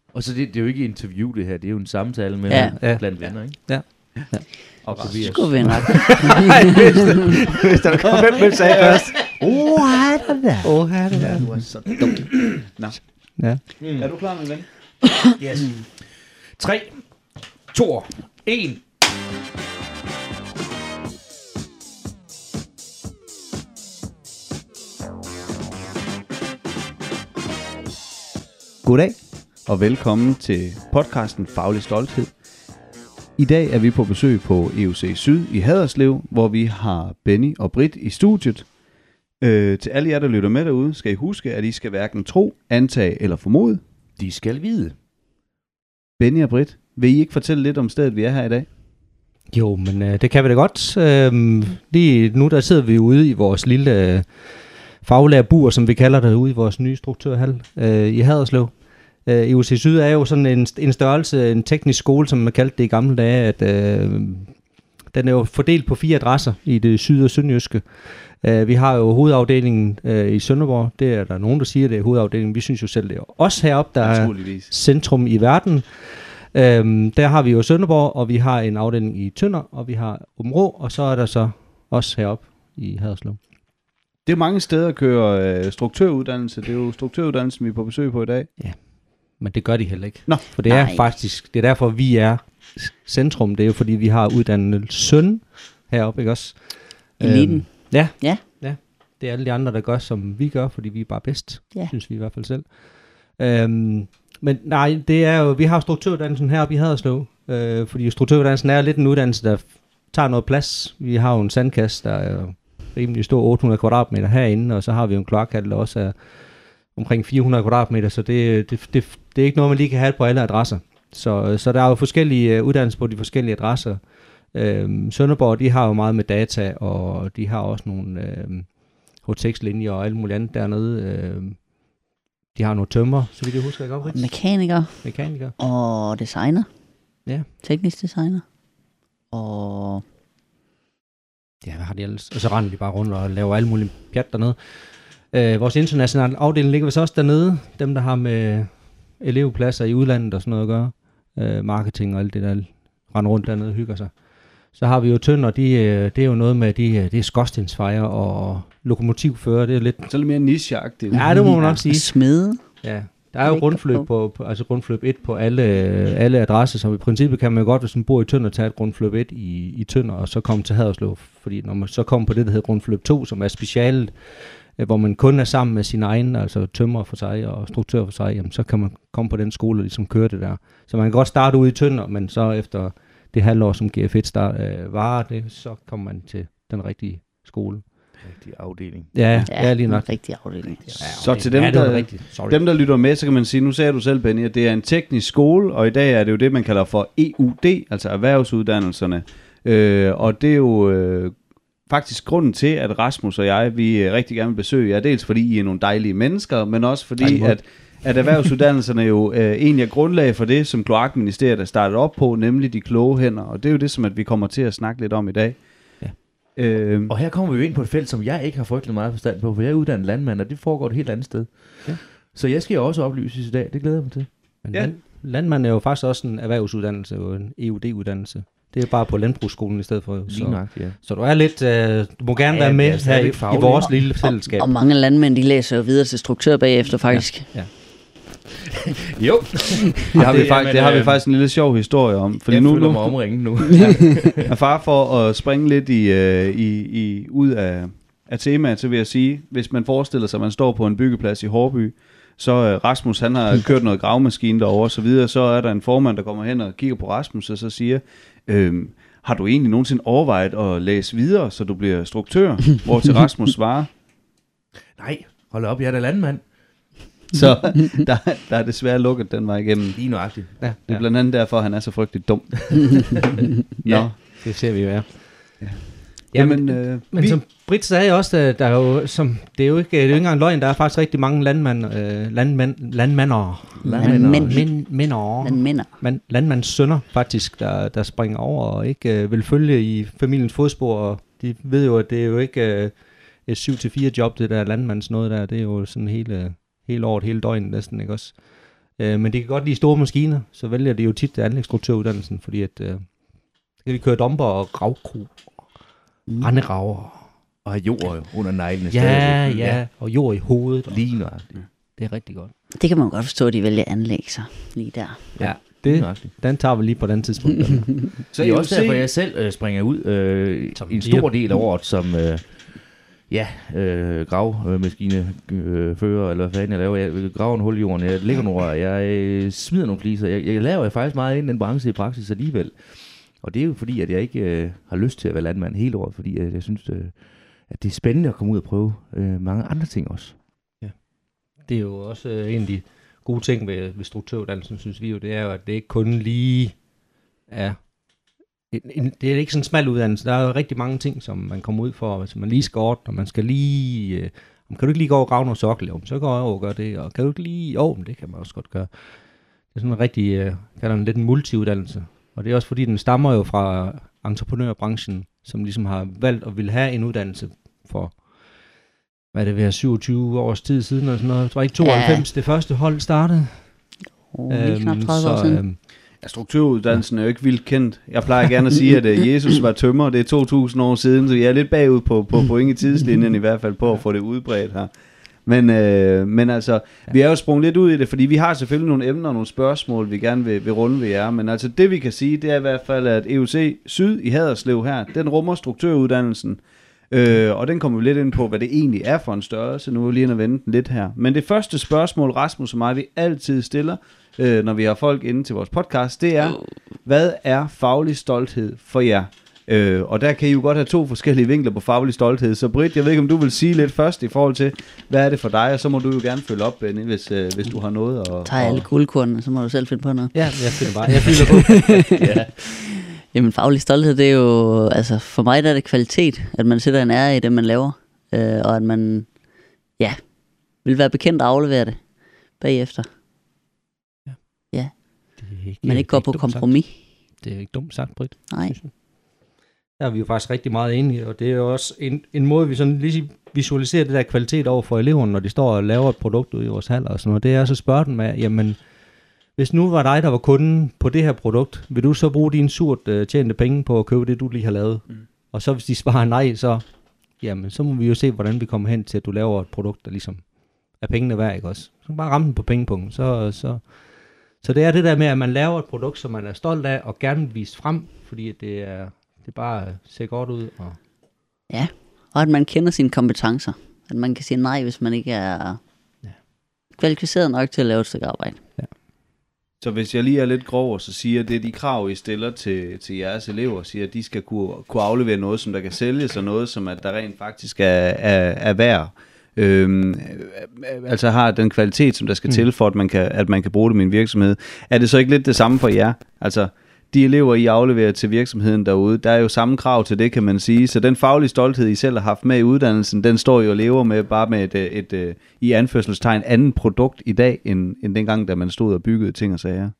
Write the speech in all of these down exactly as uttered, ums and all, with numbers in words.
Og så det, det er jo ikke et interview det her, det er jo en samtale med ja. blandt venner, ikke? Ja. Ja. Og så skulle vi nok. Hvis der kom hvem vil sige først. Åh, er det der? Åh, er det der? Ja, du er så dum. Nå. Ja. Mm. Er du klar, min ven? Yes. tre, to, et. Goddag og velkommen til podcasten Faglig Stolthed. I dag er vi på besøg på E U C Syd i Haderslev, hvor vi har Benny og Britt i studiet. Øh, til alle jer, der lytter med derude, skal I huske, at I skal hverken tro, antage eller formode. De skal vide. Benny og Britt, vil I ikke fortælle lidt om stedet, vi er her i dag? Jo, men øh, det kan vi da godt. Øhm, lige nu der sidder vi ude i vores lille øh, faglærerbur, som vi kalder det, ude i vores nye struktørhal øh, i Haderslev. Øh, E U C Syd er jo sådan en, en størrelse, en teknisk skole, som man kaldte det i gamle dage, at øh, den er jo fordelt på fire adresser i det syd- og sønderjyske. Uh, vi har jo hovedafdelingen uh, i Sønderborg. Det er der nogen, der siger, det er hovedafdelingen. Vi synes jo selv, det er os heroppe, der er centrum i verden. Uh, der har vi jo Sønderborg, og vi har en afdeling i Tønder, og vi har Aabenraa, og så er der så os heroppe i Haderslev. Det er mange steder at køre uh, struktøruddannelse. Det er jo struktøruddannelsen, vi er på besøg på i dag. Ja, men det gør de heller ikke. Nå. For det er Nej. faktisk, det er derfor, vi er centrum. Det er jo fordi, vi har uddannet søn heroppe, ikke også? Eliten. Uh, Ja. Ja. ja, det er alle de andre, der gør, som vi gør, fordi vi er bare bedst, ja. synes vi i hvert fald selv. Øhm, men nej, det er jo, vi har strukturuddannelsen heroppe i Haderslev, øh, fordi strukturuddannelsen er lidt en uddannelse, der tager noget plads. Vi har jo en sandkasse, der er rimelig stor, otte hundrede kvadratmeter herinde, og så har vi jo en kloakhal, der også er omkring fire hundrede kvadratmeter, så det, det, det, det er ikke noget, man lige kan have på alle adresser. Så, så der er jo forskellige uddannelser på de forskellige adresser. Øhm, Sønderborg, de har jo meget med data, og de har også nogle øhm, H T X linjer og alt muligt andet dernede. Øhm, de har nogle tømmer, så vidt jeg husker, ikke op? Mekaniker. Mekaniker. Og designer. Ja. Teknisk designer. Og... Ja, hvad har de ellers? Og så render de bare rundt og laver alt muligt pjat dernede. Øh, vores internationale afdeling ligger vist også dernede. Dem, der har med elevpladser i udlandet og sådan noget at gøre. Øh, marketing og alt det der, render rundt dernede og hygger sig. Så har vi jo Tønder, de, det er jo noget med, de, det er skorstensfejer og lokomotivfører, det er lidt... Så lidt mere nicheagtigt. Ja, det må man nok sige. Smede. Ja, der er jo grundforløb på, på, altså grundforløb et på alle, alle adresser, så i princippet kan man jo godt, hvis man bor i Tønder, tage et grundforløb et i, i Tønder, og så komme til Haderslev, fordi når man så kommer på det, der hedder grundforløb to, som er specialet, hvor man kun er sammen med sin egen, altså tømrer for sig og struktør for sig, jamen så kan man komme på den skole og ligesom køre det der. Så man kan godt starte ude i Tønder, men så efter det halvår, som G F et start, øh, varer det, så kommer man til den rigtige skole. Rigtig afdeling. Ja, ja, ja lige nok. En rigtig afdeling. Ja, så til dem, ja, der, dem, der lytter med, så kan man sige, nu sagde du selv, Benny, at det er en teknisk skole, og i dag er det jo det, man kalder for E U D, altså erhvervsuddannelserne. Øh, og det er jo øh, faktisk grunden til, at Rasmus og jeg, vi rigtig gerne vil besøge jer, dels fordi I er nogle dejlige mennesker, men også fordi, at at erhvervsuddannelserne jo øh, egentlig er grundlag for det, som Kloakministeriet er startet op på, nemlig de kloge hænder. Og det er jo det, som at vi kommer til at snakke lidt om i dag. Ja. Øh, og her kommer vi jo ind på et felt, som jeg ikke har frygtelig meget forstand på, for jeg er uddannet landmand, og det foregår et helt andet sted. Ja. Så jeg skal jo også oplyses i dag, det glæder jeg mig til. Men ja. land, landmand er jo faktisk også en erhvervsuddannelse, jo en E U D-uddannelse. Det er bare på landbrugsskolen i stedet for. Så, nok, ja. så du er lidt, øh, du må gerne ja, være med her i, i vores lille fællesskab. Og, og mange landmænd, de læser jo videre til struktør bagefter, faktisk. Ja. ja. Jo. det har, vi, det, faktisk, det har vi faktisk en lille sjov historie om. Fordi jeg nu, føler mig omringet nu. Er far for at springe lidt i, uh, i, i, ud af, af temaet, så vil jeg sige, hvis man forestiller sig, at man står på en byggeplads i Hårby, så uh, Rasmus, han har kørt noget gravemaskine derovre og så videre, så er der en formand, der kommer hen og kigger på Rasmus og så siger, øhm, har du egentlig nogensinde overvejet at læse videre, så du bliver struktør? Hvor til Rasmus svarer, nej, hold op, jeg er da landmand. Så der, der er desværre lukket den vej igennem. Lige nøjagtigt. Ja, det er blandt andet derfor, han er så frygtelig dum. Ja, det ser vi jo, ja. Ja. Jamen, men, øh, men vi... som Britt sagde også, der er jo, som, det er jo ikke, det er jo ikke engang løgn, der er faktisk rigtig mange landmænd, øh, landmænd, landmænder, landmænder, landmænd, landmandssønner faktisk, der, der springer over og ikke øh, vil følge i familiens fodspor, og de ved jo, at det er jo ikke øh, et syv til fire job, det der landmands noget der, det er jo sådan hele, hele året, hele døgnet næsten, ikke også? Øh, men de kan godt lide store maskiner, så vælger de jo tit anlægsstruktøruddannelsen, fordi at, øh, kan de køre domper og gravkro, mm. renderager. Og have jord under neglene. Ja, stadigvæk. ja, og jord i hovedet. Og, Lige nøjagtigt. det er rigtig godt. Det kan man godt forstå, at de vælger at anlægge sig lige der. Ja, det, nøjagtigt. den tager vi lige på den tidspunkt. Så det er også derfor, jeg selv øh, springer ud øh, Som en siger. stor del af året som øh, ja, øh, gravmaskinefører, øh, fører, eller hvad fanden jeg laver. Jeg graver en hul i jorden, jeg lægger nogle rør, jeg øh, smider nogle fliser. Jeg, jeg laver faktisk meget ind i den branche i praksis alligevel. Og det er jo fordi, at jeg ikke øh, har lyst til at være landmand hele året, fordi øh, jeg synes, øh, at det er spændende at komme ud og prøve øh, mange andre ting også. Det er jo også øh, en af de gode ting ved, ved struktøruddannelsen, synes vi jo, det er jo, at det ikke kun lige er, en, en, det er ikke sådan en smal uddannelse. Der er jo rigtig mange ting, som man kommer ud for, som man lige skal ordne, og man skal lige, øh, kan du ikke lige gå over og grave noget sokkel, jo, så går jeg over og gør det, og kan du ikke lige, jo, men det kan man også godt gøre. Det er sådan en rigtig, øh, kalder den lidt en multiuddannelse, og det er også fordi, den stammer jo fra entreprenørbranchen, som ligesom har valgt at ville have en uddannelse for, hvad er det, ved at syvogtyve års tid siden, eller sådan noget. Det var ikke tooghalvfems, ja. Det første hold startede. Oh, lige knap tredive år siden. Øhm, Ja, strukturuddannelsen er jo ikke vildt kendt. Jeg plejer gerne at sige, at uh, Jesus var tømrer. Det er to tusind år siden, så jeg er lidt bagud på, på point i tidslinjen i hvert fald på at få det udbredt her. Men, øh, men altså, vi er jo sprunget lidt ud i det, fordi vi har selvfølgelig nogle emner og nogle spørgsmål, vi gerne vil, vil runde ved jer. Men altså det vi kan sige, det er i hvert fald, at E U C Syd i Haderslev her, den rummer strukturuddannelsen. Øh, og den kommer vi lidt ind på, hvad det egentlig er for en størrelse. Nu er vi lige inde og vende den lidt her. Men det første spørgsmål, Rasmus og mig, vi altid stiller, øh, når vi har folk inde til vores podcast, det er, hvad er faglig stolthed for jer? Øh, og der kan I jo godt have to forskellige vinkler på faglig stolthed. Så Britt, jeg ved ikke, om du vil sige lidt først i forhold til, hvad er det for dig? Og så må du jo gerne følge op, Benny, hvis, øh, hvis du har noget. Og, Tag alle guldkornene, så må du selv finde på noget. ja, jeg finder bare, jeg fylder på. Ja. Jamen faglig stolthed, det er jo, altså for mig der er det kvalitet, at man sætter en ære i det, man laver, øh, og at man, ja, vil være bekendt og aflevere det bagefter. Ja. Ja. Det er ikke, Man ikke går på dumt kompromis. Sagt. Det er ikke dumt sagt, Britt. Nej. Der er vi jo faktisk rigtig meget enige, og det er jo også en, en måde, vi sådan lige visualiserer det der kvalitet over for eleverne, når de står og laver et produkt ude i vores haller og sådan noget. Det er så spørge dem af, jamen, hvis nu var dig, der var kunden på det her produkt, vil du så bruge dine surt uh, tjente penge på at købe det, du lige har lavet? Mm. Og så hvis de svarer nej, så, jamen, så må vi jo se, hvordan vi kommer hen til, at du laver et produkt, der ligesom er pengene værd, ikke også? Så bare ramme den på pengepunkten. Så, så, så det er det der med, at man laver et produkt, som man er stolt af og gerne vil vise frem, fordi det er, det bare ser godt ud. Og Ja, og at man kender sine kompetencer. At man kan sige nej, hvis man ikke er Ja. kvalificeret nok til at lave et stykke arbejde. Så hvis jeg lige er lidt grov, og så siger, at det er de krav, I stiller til, til jeres elever, siger, at de skal kunne, kunne aflevere noget, som der kan sælges, og noget, som at der rent faktisk er, er, er værd. Øhm, altså har den kvalitet, som der skal mm. til, for at man, kan, at man kan bruge det i en virksomhed. Er det så ikke lidt det samme for jer? Altså, de elever, I afleverer til virksomheden derude, der er jo samme krav til det, kan man sige. Så den faglige stolthed, I selv har haft med i uddannelsen, den står jo og lever med bare med et, et, et i anførselstegn andet produkt i dag, end, end dengang, da man stod og byggede ting og sager.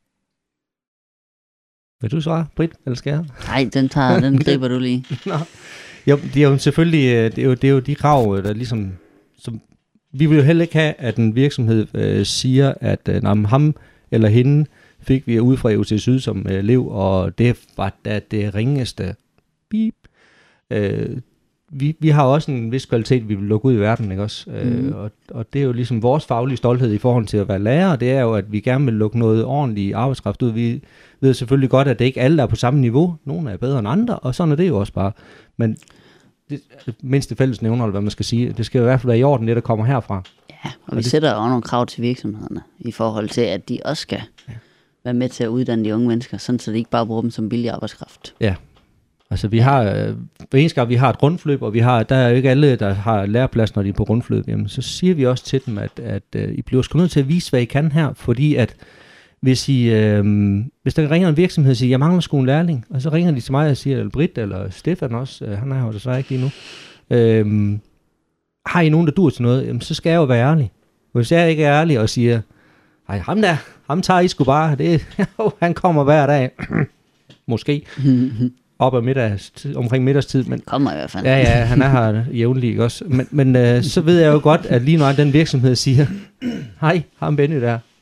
vil du svare, Britt, eller skal jeg? Nej, den, tager, den griber du lige. Nå. Jo, det er jo selvfølgelig, det er jo, det er jo de krav, der ligesom, som, vi vil jo heller ikke have, at en virksomhed øh, siger, at øh, nej, ham eller hende fik vi ud fra E U C Syd som øh, elev, og det var da det ringeste. Beep. Øh, vi, vi har også en vis kvalitet, vi vil lukke ud i verden, ikke også? Mm. Øh, og, og det er jo ligesom vores faglige stolthed i forhold til at være lærer, det er jo, at vi gerne vil lukke noget ordentligt arbejdskraft ud. Vi ved selvfølgelig godt, at det ikke alle er på samme niveau. Nogle er bedre end andre, og sådan er det jo også bare. Men det, mindste fælles nævner, eller hvad man skal sige, det skal jo i hvert fald være i orden, det der kommer herfra. Ja, og vi sætter også nogle krav til virksomhederne, i forhold til, at de også skal ja. være med til at uddanne de unge mennesker, sådan så de ikke bare bruger dem som billig arbejdskraft. Ja, altså vi har, øh, hver eneste gang vi har et rundfløb, og vi har, der er jo ikke alle, der har læreplads, når de er på rundfløb, jamen, så siger vi også til dem, at, at uh, I bliver sgu nødt til at vise, hvad I kan her, fordi at hvis, I, øh, hvis der ringer en virksomhed og siger, jeg mangler sgu en lærling, og så ringer de til mig og siger, eller Britt, eller Stefan også, øh, han er jo desværre ikke lige nu, øh, har I nogen, der dur til noget, jamen, så skal jeg jo være ærlig. Hvis jeg ikke er ærlig og siger, ej, ham der, ham tager I sgu bare, det, han kommer hver dag, måske, op ad middagstid, omkring middagstid. Men, kommer i hvert fald. Ja, ja, han er her jævnlig også. Men, men øh, så ved jeg jo godt, at lige nu den virksomhed siger, hej, ham Benny der,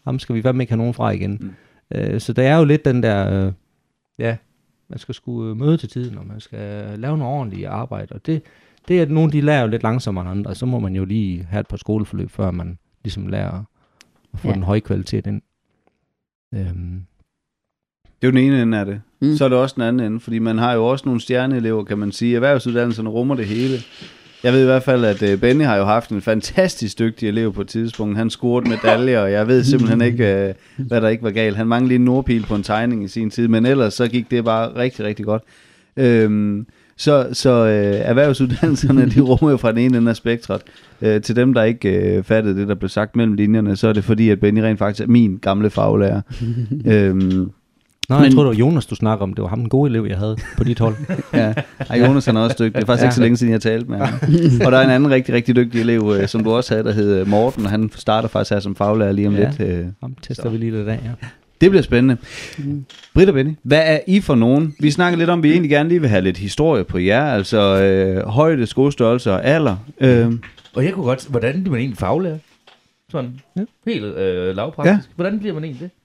ham skal vi fandme ikke have nogen fra igen. Mm. Øh, så der er jo lidt den der, øh, ja, man skal sgu møde til tiden, og man skal lave noget ordentligt arbejde, og det, det er nogle, de lærer jo lidt langsommere end andre, så må man jo lige have et par skoleforløb, før man ligesom lærer at få ja. den høje kvalitet ind. Øhm. Det er jo den ene ende af det. Mm. Så er det også den anden ende, fordi man har jo også nogle stjerneelever, kan man sige. Erhvervsuddannelserne rummer det hele. Jeg ved i hvert fald, at uh, Benny har jo haft en fantastisk dygtig elev på et tidspunkt. Han scorede medaljer, og jeg ved simpelthen ikke, uh, hvad der ikke var galt. Han manglede lige en nordpil på en tegning i sin tid, men ellers så gik det bare rigtig, rigtig godt. Øhm, så så uh, erhvervsuddannelserne, de rummer jo fra den ene ende af spektret. Uh, til dem, der ikke uh, fattede det, der blev sagt mellem linjerne, så er det fordi, at Benny rent faktisk er min gamle faglærer. øhm, Nå, jeg tror det var Jonas, du snakker om. Det var ham, den gode elev, jeg havde på dit hold. Ja, og Jonas han er også dygtig. Det er faktisk ja. ikke så længe siden, jeg talte med ham. Og der er en anden rigtig, rigtig dygtig elev, øh, som du også havde, der hedder Morten, og han starter faktisk her som faglærer lige om ja. lidt. Øh, ham tester så. vi lige lidt af, ja. Det bliver spændende. Mm. Britt og Benny, hvad er I for nogen? Vi snakker lidt om, at vi egentlig gerne lige vil have lidt historie på jer, altså øh, højde, skostørrelse og alder. Øh. Og jeg kunne godt, hvordan bliver man egentlig faglærer? Sådan, ja. helt øh, lavpraktisk. Ja. Hvordan bliver man egentlig det?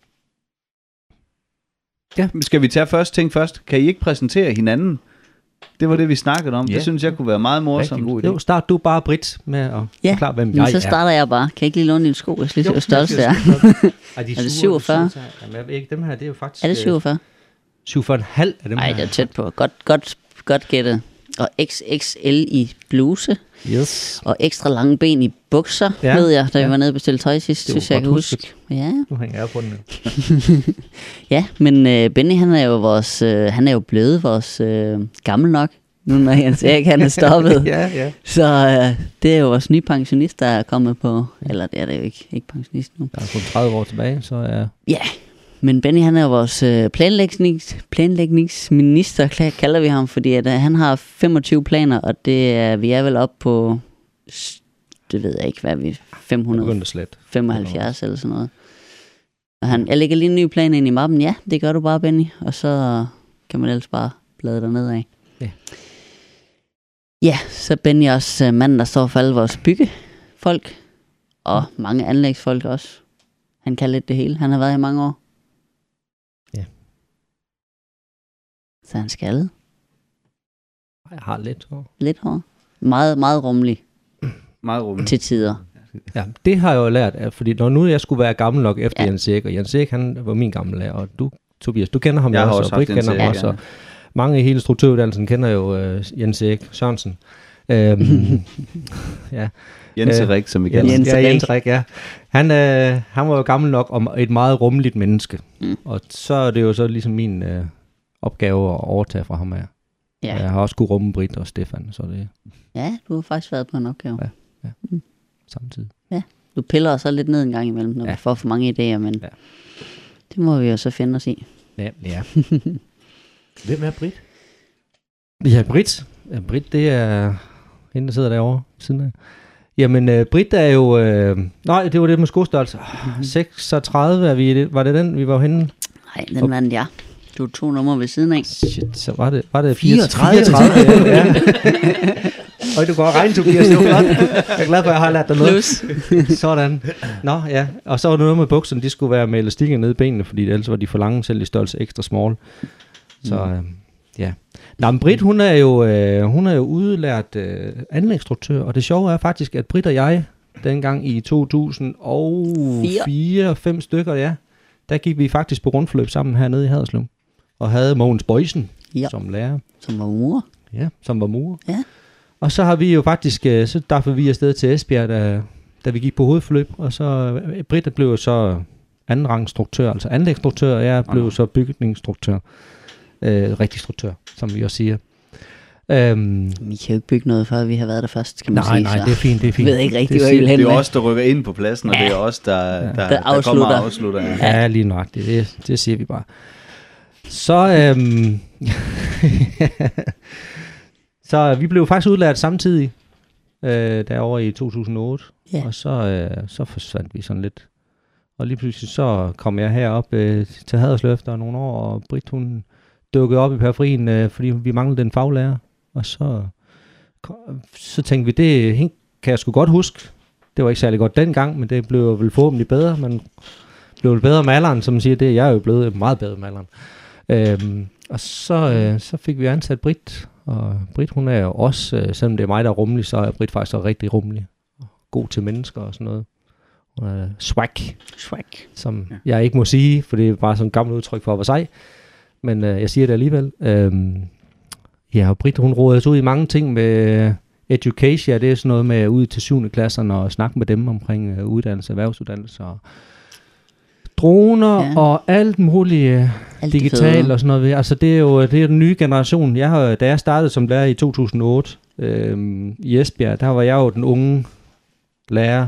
Ja, skal vi tage først ting først? Kan I ikke præsentere hinanden? Det var det, vi snakkede om. Ja. Det synes jeg kunne være meget morsomt. Jo, start du bare, Britt, med at ja. forklare, hvem jeg er. så starter jeg bare. Kan jeg ikke lige låne dine sko? Jeg skal lige se, størrelse det er. Er, de er det syvogfyrre? Jamen, jeg ved ikke, dem her, det er jo faktisk... Er det syvogfyrre? syvogfyrre komma fem af dem. Nej, det er tæt på. Godt, godt, godt gættet. Og X X L i bluse. Yes. Og ekstra lange ben i bukser, ja. ved jeg, da ja. vi var nede og bestilte tøj sidst, synes jeg, jeg kan huske. Ja. Nu hænger jeg på den. Ja, men uh, Benny, han er jo vores, uh, han er jo blevet vores uh, gammel nok, nu når Jens Erik han er stoppet. ja, ja. Så uh, det er jo vores nye pensionist, der er kommet på, eller det er det jo ikke, ikke pensionist nu. Der er kun tredive år tilbage, så er... Ja, men Benny, han er jo vores uh, planlægnings, planlægningsminister, kalder vi ham, fordi at, uh, han har femogtyve planer, og det er, vi er vel oppe på, det ved jeg ikke, hvad er vi, fem hundrede femoghalvfjerds eller sådan noget. Og han, jeg lægger lige en ny plan ind i mappen, ja, det gør du bare, Benny, og så kan man ellers bare blade derned af. Ja. Ja, så Benny er også uh, manden, der står for alle vores byggefolk, og mange anlægsfolk også. Han kan lidt det hele, han har været her i mange år. Ja. Så han skaldet. Jeg har lidt hår. Lidt hår. Meget, meget rummelig. Meget rummelig. Til tider. Ja, det har jeg jo lært af, fordi når nu jeg skulle være gammel nok efter ja. Jens Erik, og Jens Erik, han var min gamle lærer, og du, Tobias, du kender ham jeg også, også, og Britt kender ham også, og mange i hele strukturuddannelsen kender jo uh, Jens Erik Sørensen. Um, ja. Jens Erik, som vi kender. Jens, ja, Jens Erik, ja. Han, øh, han var jo gammel nok om et meget rummeligt menneske, mm. og så er det jo så ligesom min øh, opgave at overtage fra ham her. Ja. Jeg har også kunne rumme Britt og Stefan, så det... Ja, du har faktisk været på en opgave. Ja, ja. Mm. Samtidig. Ja, du piller os så lidt ned en gang imellem, når ja. vi får for mange idéer, men ja. det må vi jo så finde os i. Ja, ja. Hvem er Britt? Ja, Britt. Ja, Britt, det er hende, der sidder derovre siden af. Jamen, uh, Britt er jo... Uh, nej, det var det med skostørrelse. Mm-hmm. seksogtredive er vi... Var det den, vi var henne? Nej, den vandt jeg. Du to numre ved siden af. Shit, så var det... Var det fireogtredive? fireogtredive, ja. Og du går og regne, Tobias. Det var flot. Jeg er glad for, at jeg har lært dig noget. Sådan. Nå, ja. Og så var det noget med bukserne. De skulle være med elastikker nede i benene, fordi ellers var de for lange, selv i størrelse ekstra small. Så... Mm. Uh, Ja. Nå, men Britt, hun er jo, øh, hun er jo udlært øh, anlægsstruktør, og det sjove er faktisk, at Britt og jeg, dengang i to tusind og fire, fem stykker, ja, der gik vi faktisk på rundforløb sammen hernede i Haderslev, og havde Mogens Bøjsen ja. som lærer. Som var murer. Ja, som var murer. Ja. Og så har vi jo faktisk, øh, så derfor vi afsted til Esbjerg, da, da vi gik på hovedforløb, og så øh, Britt blev så andenrangsstruktør, altså anlægsstruktør, og jeg blev så bygningsstruktør. Øh, rigtig struktør, som vi også siger. Øhm, vi kan jo ikke bygge noget, før vi har været der først, kan man nej, sige. Nej, nej, det er fint, det er fint. Jeg ved ikke rigtig, det, hvor I vil hen Det er med. os, der rykker ind på pladsen, og ja. det er os, der, der, der, der, der kommer og afslutter. Ja, ja lige nøjagtigt, det, det siger vi bare. Så, øhm, så vi blev faktisk udlært samtidig, øh, derovre i to tusind og otte, ja. og så, øh, så forsvandt vi sådan lidt. Og lige pludselig så kom jeg herop øh, til Haderslev efter nogle år, og Britt, hun dukkede op i periferien, øh, fordi vi manglede en faglærer. Og så, så tænkte vi, det kan jeg sgu godt huske. Det var ikke særlig godt dengang, men det blev vel forhåbentlig bedre. Man, blevet bedre med alderen, som man siger. Det jeg er jo blevet meget bedre med alderen. Øhm, og så, øh, så fik vi ansat Britt, og Britt, hun er jo også, øh, selvom det er mig, der er rummelig, så er Britt faktisk også rigtig rummelig. God til mennesker og sådan noget. Hun er swag, Swag. som ja. jeg ikke må sige, for det er bare sådan et gammelt udtryk for at være sej. Men øh, jeg siger det alligevel. Øhm, ja, og Britt, hun råder os ud i mange ting med education. Det er sådan noget med ud til syvende klasserne og snakke med dem omkring øh, uddannelse, erhvervsuddannelse og droner ja. og alt muligt alt digitalt og sådan noget. Altså det er jo det er den nye generation. Jeg har, da jeg startede som lærer i to tusind og otte øhm, i Esbjerg, der var jeg jo den unge lærer.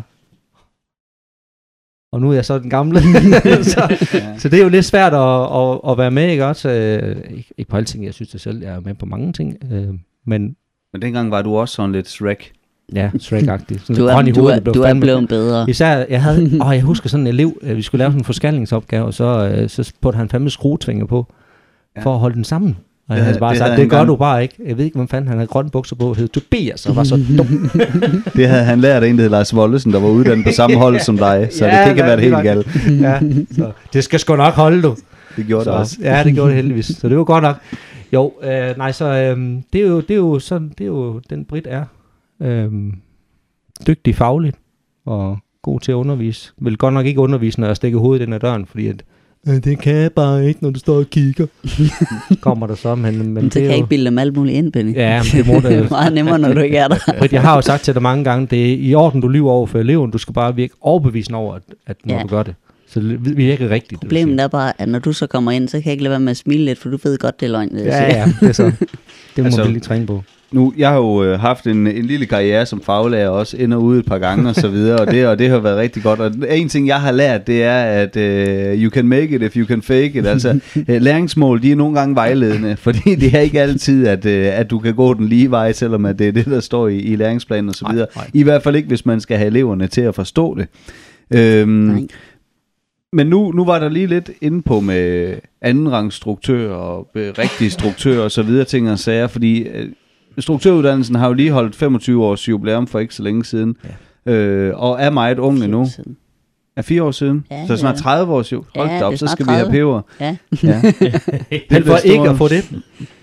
Og nu er jeg så den gamle. så, ja. så det er jo lidt svært at, at, at være med, ikke også? Øh, ikke, ikke på alle ting, jeg synes det selv, jeg er med på mange ting. Øh, men, men dengang var du også sådan lidt Shrek. Ja, Shrek-agtig. Du er, hovedet, du er, du er blevet bedre. Især, jeg havde, åh, jeg husker sådan en elev, vi skulle lave sådan en forskalningsopgave, og så, så putte han fandme skruetvinger på, ja. for at holde den sammen. Og jeg havde bare det sagt, det gør gang... du bare ikke. Jeg ved ikke, hvem fanden han havde grønne bukser på, hed Tobias, og var så dum. Det havde han lært af en, der hed Lars Wollesen, der var uddannet på samme hold som dig, så ja, det kan ikke være det helt galt. Ja, så det skal sgu nok holde, du. Det gjorde så, det også. Ja, det gjorde det heldigvis, så det var godt nok. Jo, øh, nej, så øh, det, er jo, det, er jo sådan, det er jo den Britt er. Øh, dygtig fagligt og god til at undervise. Vil godt nok ikke undervise, når jeg stikker hovedet ind ad døren, fordi at, det kan jeg bare ikke, når du står og kigger. Kommer der så, men, men, men det kan er jeg jo... ikke bilde dem alt muligt ind, Benny. Ja, men det må det er meget nemmere, når du ikke er der. Britt, jeg har jo sagt til dig mange gange, det er i orden, du lyver over for eleven. Du skal bare virke overbevisende over, at, at når ja. du gør det. Så det virker rigtigt. Problemet er bare, at når du så kommer ind, så kan jeg ikke lade være med at smile lidt, for du ved godt, det er løgn. Det ja, ja, det er så. Det må altså, vi lige træne på. Nu, jeg har jo øh, haft en, en lille karriere som faglærer også, ind og ude et par gange og så videre, og det, og det har været rigtig godt. Og en ting, jeg har lært, det er, at uh, you can make it if you can fake it. Altså, uh, læringsmål, de er nogle gange vejledende, fordi det er ikke altid, at, uh, at du kan gå den lige vej, selvom at det er det, der står i, i læringsplanen og så videre. Nej, nej. I hvert fald ikke, hvis man skal have eleverne til at forstå det. Øhm, nej. Men nu, nu var der lige lidt inde på med andenrangsstruktør og øh, rigtige struktører og så videre ting og sager, fordi øh, struktøruddannelsen har jo lige holdt femogtyve års jubilæum for ikke så længe siden, ja. øh, og er meget ung endnu. Er fire år siden? Ja, så snart tredive års jo. Hold ja, da op, så skal tredive. Vi have peber. Ja. ja. Helt for ikke at få det.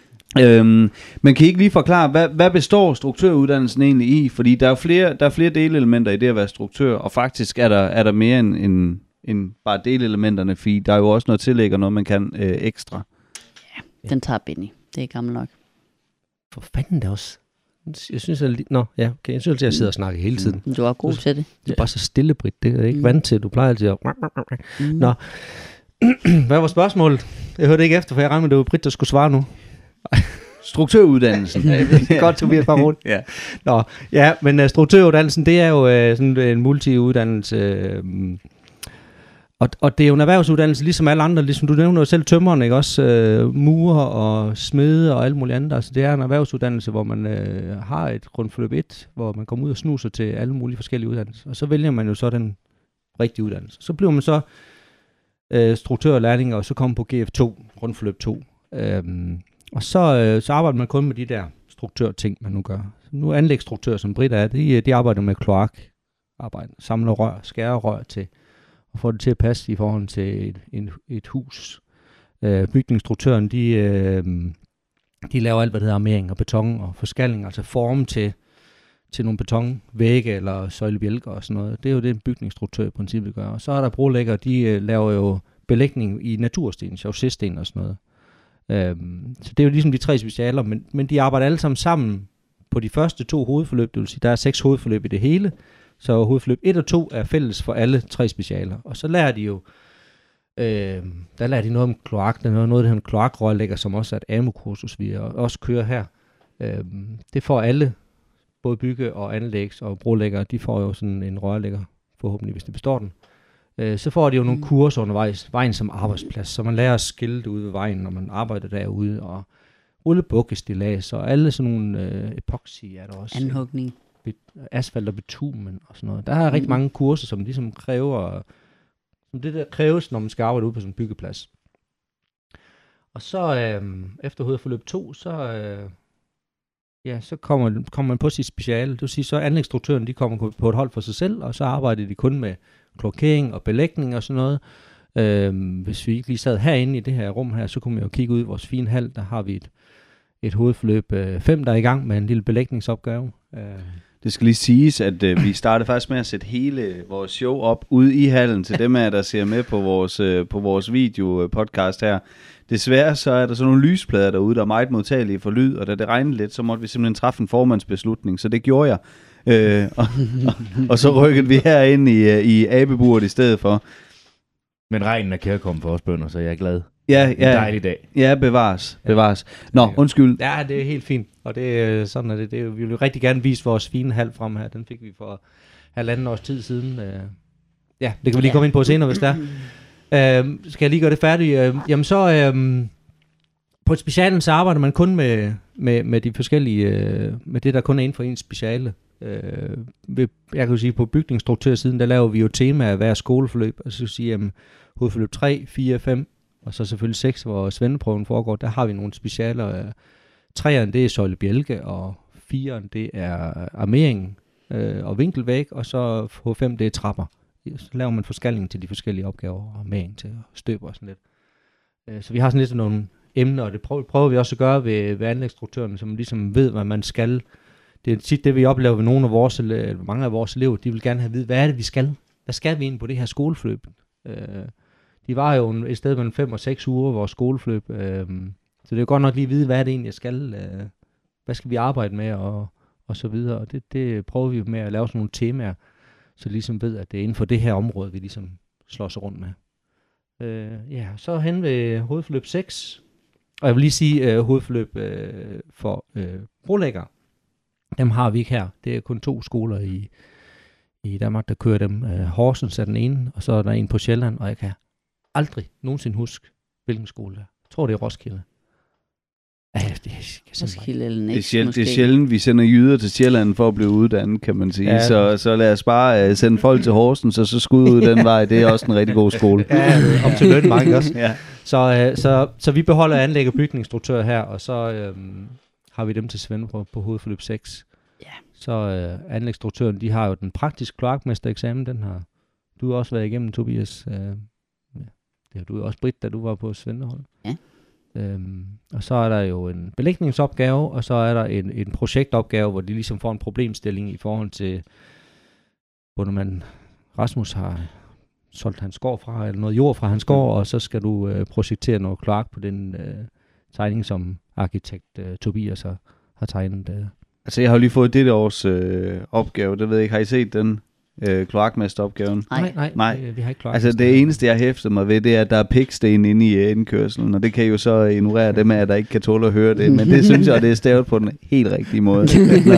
Øhm, men kan I ikke lige forklare, hvad, hvad består struktøruddannelsen egentlig i? Fordi der er flere, der er flere delelementer i det at være struktør, og faktisk er der, er der mere end, end, end bare delelementerne, fordi der er jo også noget tillæg og noget, man kan øh, ekstra. Ja, den tager Benny. Det er gammel nok. For fanden det også. Jeg synes, jeg, nå, ja, okay. Jeg synes altid, jeg sidder og snakker hele tiden. Du er god til det. Det er bare så stille, Britt. Det er jeg ikke mm. vant til. Du plejer altid at... Mm. Nå. Hvad var spørgsmålet? Jeg hørte ikke efter, for jeg regnede med, det var Britt, der skulle svare nu. Struktøruddannelsen. Godt, Tobias, bare rundt. Ja. Nå, ja, men uh, struktøruddannelsen, det er jo uh, sådan en multiuddannelse... Uh, Og, og det er jo en erhvervsuddannelse, ligesom alle andre, ligesom du nævner jo selv tømmeren, ikke også, øh, murer og smede og alt muligt andet. Altså det er en erhvervsuddannelse, hvor man øh, har et grundforløb et, hvor man kommer ud og snuser til alle mulige forskellige uddannelser. Og så vælger man jo så den rigtige uddannelse. Så bliver man så øh, struktør og lærling, og så kommer på G F to, grundforløb to. Øhm, og så, øh, så arbejder man kun med de der struktørting, man nu gør. Nu anlægsstruktør, som Britt er, de, de arbejder med kloakarbejde, samler rør, skærer rør til, og får det til at passe i forhold til et, et, et hus. Øh, bygningsstruktøren, de, øh, de laver alt, hvad det hedder armering og beton og forskalling, altså form til, til nogle betonvægge eller søjlebjælker og sådan noget. Det er jo det, en bygningsstruktør i princippet gør. Og så er der brolæggere, de øh, laver jo belægning i natursten, chaussésten og sådan noget. Øh, så det er jo ligesom de tre specialer, men, men de arbejder alle sammen sammen på de første to hovedforløb. Det vil sige, der er seks hovedforløb i det hele. Så hovedforløb et og to er fælles for alle tre specialer. Og så lærer de jo, øh, der lærer de noget om kloak. Der er noget, der hedder en kloakrørlægger, som også er et A M U-kursus, vi også kører her. Øh, det får alle, både bygge- og anlægs- og brolæggere, de får jo sådan en rørlægger, forhåbentlig, hvis det består den. Øh, så får de jo nogle kurser undervejs, vejen som arbejdsplads, så man lærer at skilte ude ved vejen, når man arbejder derude, og rulle bukkestillads, og alle sådan nogle øh, epoxy er der også. Anhugning. Asfalt og bitumen og sådan noget. Der er mm. rigtig mange kurser, som ligesom kræver, som det der kræves, når man skal arbejde ude på sådan en byggeplads. Og så øh, efter hovedforløb to, så, øh, ja, så kommer, kommer man på sit speciale. Det vil sige, så anlægsstruktøren, de kommer på et hold for sig selv, og så arbejder de kun med kloakering og belægning og sådan noget. Øh, hvis vi ikke lige sad herinde i det her rum her, så kunne vi jo kigge ud i vores fine hal. Der har vi et, et hovedforløb fem, der er i gang med en lille belægningsopgave. Øh. Det skal lige siges, at øh, vi startede faktisk med at sætte hele vores show op ude i hallen til dem af der ser med på vores, øh, på vores video-podcast her. Desværre så er der sådan nogle lysplader derude, der er meget modtagelige for lyd, og da det regnede lidt, så måtte vi simpelthen træffe en formandsbeslutning, så det gjorde jeg. Øh, og, og, og så rykkede vi herind i, i abeburet i stedet for. Men regnen er kærkommen for os bønder, så jeg er glad. Ja, En ja, dejlig dag. ja, bevares, bevares. Nå, undskyld. Ja, det er helt fint, og det er sådan, at det, det, vi vil jo rigtig gerne vise vores fine hal frem her. Den fik vi for halvanden års tid siden. Ja, det kan vi lige komme ind på senere, hvis det er. Uh, skal jeg lige gøre det færdigt? Uh, jamen så, uh, på specialen så arbejder man kun med, med, med de forskellige, uh, med det der kun er inden for ens speciale. Uh, ved, jeg kan jo sige, på bygningsstruktørsiden, der laver vi jo tema af hver skoleforløb, og så sige, um, hovedforløb tre, fire, fem, og så selvfølgelig seks, hvor svendeprøven foregår, der har vi nogle specialer. Uh, treeren, det er søjlebjælke, og fireren, det er armering uh, og vinkelvæg, og så H fem, det er trapper. Så laver man forskalling til de forskellige opgaver, og magen til at støbe og sådan lidt. Øh, så vi har sådan lidt nogle emner, og det prøver, prøver vi også at gøre ved, ved anlægsstruktørerne, som ligesom ved, hvad man skal. Det er tit det, vi oplever ved nogle af vores, eller mange af vores elever, de vil gerne have at vide, hvad er det, vi skal? Hvad skal vi ind på det her skoleforløb? Øh, de var jo et sted mellem fem og seks uger, vores skoleforløb. Øh, så det er godt nok lige at vide, hvad er det egentlig, jeg skal? Øh, hvad skal vi arbejde med, og, og så videre. Og det, det prøver vi med at lave sådan nogle temaer, så ligesom ved, at det er inden for det her område, vi ligesom slår sig rundt med. Øh, ja, så hen ved hovedforløb seks, og jeg vil lige sige, uh, hovedforløb uh, for uh, brolæggere, dem har vi ikke her. Det er kun to skoler i, i Danmark, der kører dem. Uh, Horsens er den ene, og så er der en på Sjælland, og jeg kan aldrig nogensinde huske, hvilken skole det er. Jeg tror, det er Roskilde. Ja, det er Roskilde eller det, er sjældent, det er sjældent, vi sender jyder til Sjælland for at blive uddannet, kan man sige. Ja. Så, så lad os bare uh, sende folk til Horsens, og så skud ud den vej. Det er også en rigtig god skole. Ja, op til Lønmark også. Ja. Så, uh, så, så vi beholder anlæg- og bygningsstruktør her, og så um, har vi dem til Svende på, på hovedforløb seks. Ja. Så uh, anlægsstruktøren, de har jo den praktiske kloakmestereksamen, den har du også været igennem, Tobias. Uh, ja. Det har du jo også, Britt, da du var på Svendehold. Ja. Øhm, og så er der jo en belægningsopgave, og så er der en, en projektopgave, hvor de ligesom får en problemstilling i forhold til, hvor man, Rasmus har solgt hans gård fra, eller noget jord fra hans gård, og så skal du øh, projektere noget kloak på den øh, tegning, som arkitekt øh, Tobias har, har tegnet. Øh. Altså jeg har lige fået dette års øh, opgave, det ved jeg ikke, har I set den? Øh, kloakmesteropgaven. Nej, nej, nej. Vi, vi har ikke kloakmester. Altså det eneste, jeg hæfter mig ved, det er, at der er piksten inde i uh, indkørselen, og det kan jo så ignorere dem af, der ikke kan tåle at høre det, men det synes jeg, det er stavet på den helt rigtige måde. Nå,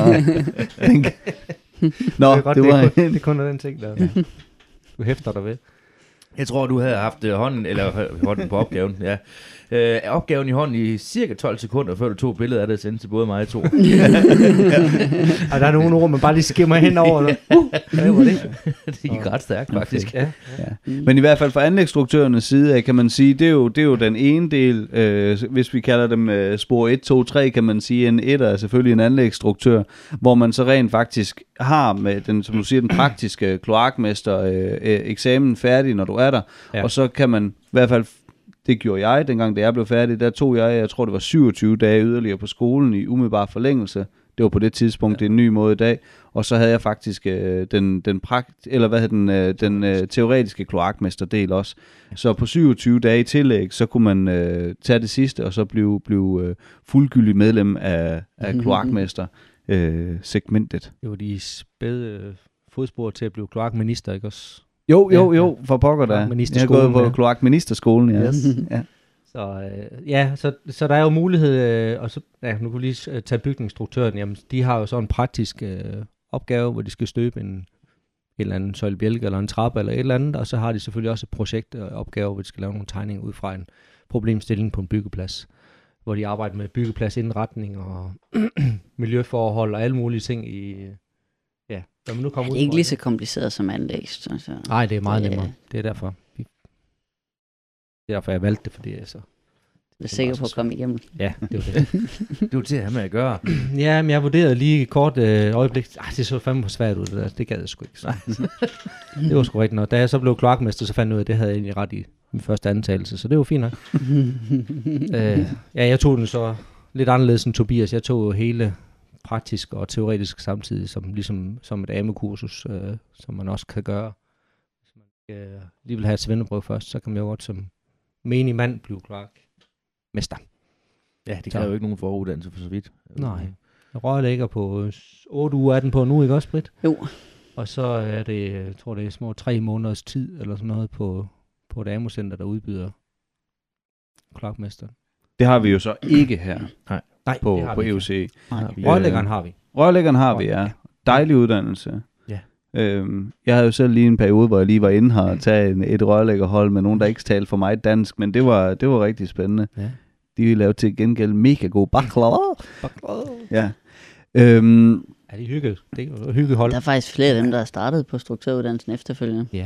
Nå det, godt, det, det, var... er kun, det er kun den ting, der du hæfter dig ved. Jeg tror, du havde haft uh, hånden, eller hånden på opgaven, ja. Uh, opgaven i hånden i cirka tolv sekunder, før du tog billedet af det og sendte til både mig og Thor. Og der er nogle ord, man bare lige skimmer hen over. Uh, hvad var det? Det gik ret stærkt, faktisk. Ja. Ja. Men i hvert fald fra anlægsstruktørernes side, kan man sige, det er jo, det er jo den ene del, øh, hvis vi kalder dem øh, spor et, to, tre, kan man sige, en etter er selvfølgelig en anlægsstruktør, hvor man så rent faktisk har med den, som du siger, den praktiske kloakmester øh, øh, eksamen færdig, når du er der, ja. Og så kan man i hvert fald, det gjorde jeg, dengang da jeg blev færdig, der tog jeg, jeg tror det var syvogtyve dage yderligere på skolen i umiddelbar forlængelse. Det var på det tidspunkt, ja. Det er en ny måde i dag. Og så havde jeg faktisk øh, den, den, prakt, eller hvad den, øh, den øh, teoretiske kloakmesterdel også. Ja. Så på syvogtyve dage i tillæg, så kunne man øh, tage det sidste, og så blive, blive øh, fuldgyldig medlem af, af kloakmester øh, segmentet. Det var de spæde fodspor til at blive kloakminister, ikke også? Jo, jo, jo, for pokker da. Jeg har gået på ja. kloakministerskolen, ja. Yes. ja. Så øh, ja, så, så der er jo mulighed, øh, og så, ja, nu kan vi lige tage bygningsstruktøren, jamen de har jo så en praktisk øh, opgave, hvor de skal støbe en, en eller anden søjlebjælke, eller en trappe, eller et eller andet, og så har de selvfølgelig også et projektopgave, hvor de skal lave nogle tegninger ud fra en problemstilling på en byggeplads, hvor de arbejder med byggepladsindretning og miljøforhold og alle mulige ting i... Ja, ja, nu kommer ja, det er ikke lige så kompliceret som anlæg. Så, så. Nej, det er meget det, nemmere. Det er derfor. Det er derfor, jeg valgte det, fordi jeg så... Du er sikker på at komme igennem. Ja, det var det. Du er til at have med at gøre. Ja, men jeg vurderede lige et kort øh, øjeblik. Ej, det så fandme svært ud, det der. Det gad jeg sgu ikke. Det var sgu rigtigt noget. Da jeg så blev kloakmester, så fandt jeg ud af, at det havde jeg egentlig ret i. min første antagelse, så det var fint nok. øh, ja, jeg tog den så lidt anderledes end Tobias. Jeg tog hele praktisk og teoretisk samtidig, som, ligesom, som et A M U-kursus, øh, som man også kan gøre. Hvis man øh, lige vil have et svendeprøve først, så kan man jo godt som menig mand blive kloakmester. Ja, det kræver jo ikke nogen foruddannelse for så vidt. Nej. Jeg rørlægger på otte uger er den på nu, ikke også, Britt? Jo. Og så er det, jeg tror det er små tre måneders tid, eller sådan noget, på, på et A M U-center, der udbyder kloakmester. Det har vi jo så ikke her. Nej. Nej, på, det har på vi E U C. Rørlæggeren har vi. Rørlæggeren har vi, ja. Dejlig uddannelse. Ja. Øhm, jeg havde jo selv lige en periode, hvor jeg lige var inde her og tage en, et rørlæggerhold med nogen, der ikke talte for mig dansk, men det var, det var rigtig spændende. Ja. De lavede til gengæld mega god baklava. Baklava. Ja. Øhm, Ja, det er hygget. Det er jo hyggehold. Der er faktisk flere af dem, der er startet på strukturuddannelsen efterfølgende. Ja.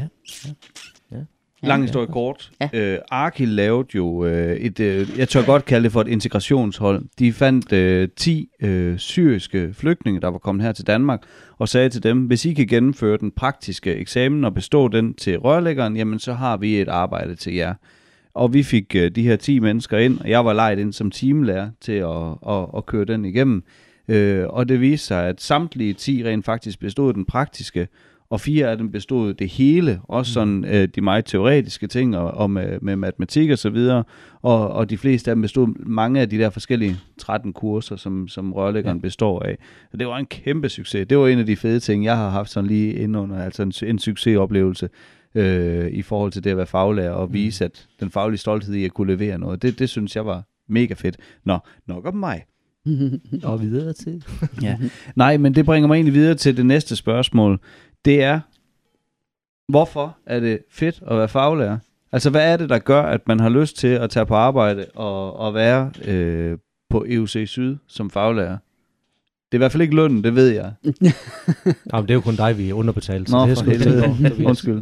Lang historie kort. Ja. Øh, Arki lavede jo øh, et, øh, jeg tør godt kalde det for et integrationshold. De fandt øh, ti øh, syriske flygtninge, der var kommet her til Danmark, og sagde til dem, hvis I kan gennemføre den praktiske eksamen og bestå den til rørlæggeren, jamen så har vi et arbejde til jer. Og vi fik øh, de her ti mennesker ind, og jeg var lejet ind som timelærer til at, at, at køre den igennem. Øh, og det viste sig, at samtlige ti rent faktisk bestod den praktiske, og fire af dem bestod det hele, også sådan øh, de meget teoretiske ting, og, og med, med matematik og så videre, og, og de fleste af dem bestod mange af de der forskellige tretten kurser, som, som rørlæggeren ja. består af. Så det var en kæmpe succes. Det var en af de fede ting, jeg har haft sådan lige indunder, altså en, en succesoplevelse øh, i forhold til det at være faglærer, og vise, at den faglige stolthed i at kunne levere noget, det, det synes jeg var mega fedt. Nå, nok om mig. Og videre til. Ja. Nej, men det bringer mig egentlig videre til det næste spørgsmål. Det er, hvorfor er det fedt at være faglærer? Altså, hvad er det, der gør, at man har lyst til at tage på arbejde og, og være øh, på E U C Syd som faglærer? Det er i hvert fald ikke lønnen, det ved jeg. Nå, men det er jo kun dig, vi er underbetalt. Nå, det for helvede. Undskyld.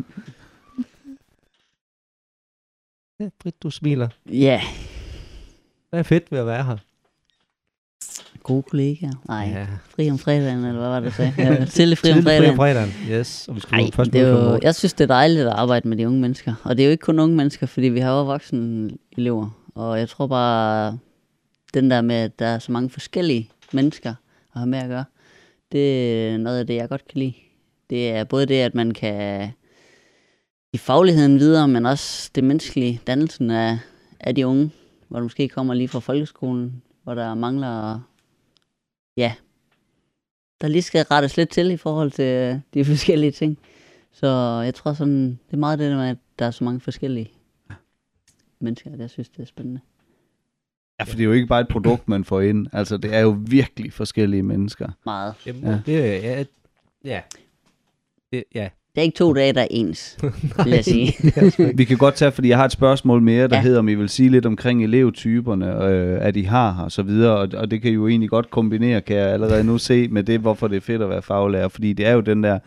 Ja, Britt, du smiler. Ja. Hvad er fedt ved at være her? Gode kollegaer. Nej, Ja. fri om fredagen, eller hvad var det, du sagde? Ja, tidlig fri om Tidlig fri fredagen. om fredagen, yes. Og vi skal Ej, jo først det er møde jo, klokken jeg synes, det er dejligt at arbejde med de unge mennesker. Og det er jo ikke kun unge mennesker, fordi vi har jo voksne elever. Og jeg tror bare, den der med, at der er så mange forskellige mennesker at have med at gøre, det er noget af det, jeg godt kan lide. Det er både det, at man kan give fagligheden videre, men også det menneskelige, dannelsen af, af de unge, hvor der måske kommer lige fra folkeskolen, hvor der mangler, ja, der lige skal rettes lidt til i forhold til de forskellige ting. Så jeg tror sådan, det er meget det der med, at der er så mange forskellige mennesker, at jeg synes, det er spændende. Ja, for det er jo ikke bare et produkt, man får ind. Altså, det er jo virkelig forskellige mennesker. Meget. Jamen, Ja. det er, ja, ja. Det, ja. Det er ikke to dage, der er ens, vil jeg sige. Vi kan godt tage, fordi jeg har et spørgsmål mere, der ja. Ja. hedder, om I vil sige lidt omkring elevtyperne, øh, at I har her, og så videre, og, og det kan I jo egentlig godt kombinere, kan jeg allerede nu se, med det, hvorfor det er fedt at være faglærer, fordi det er jo den der,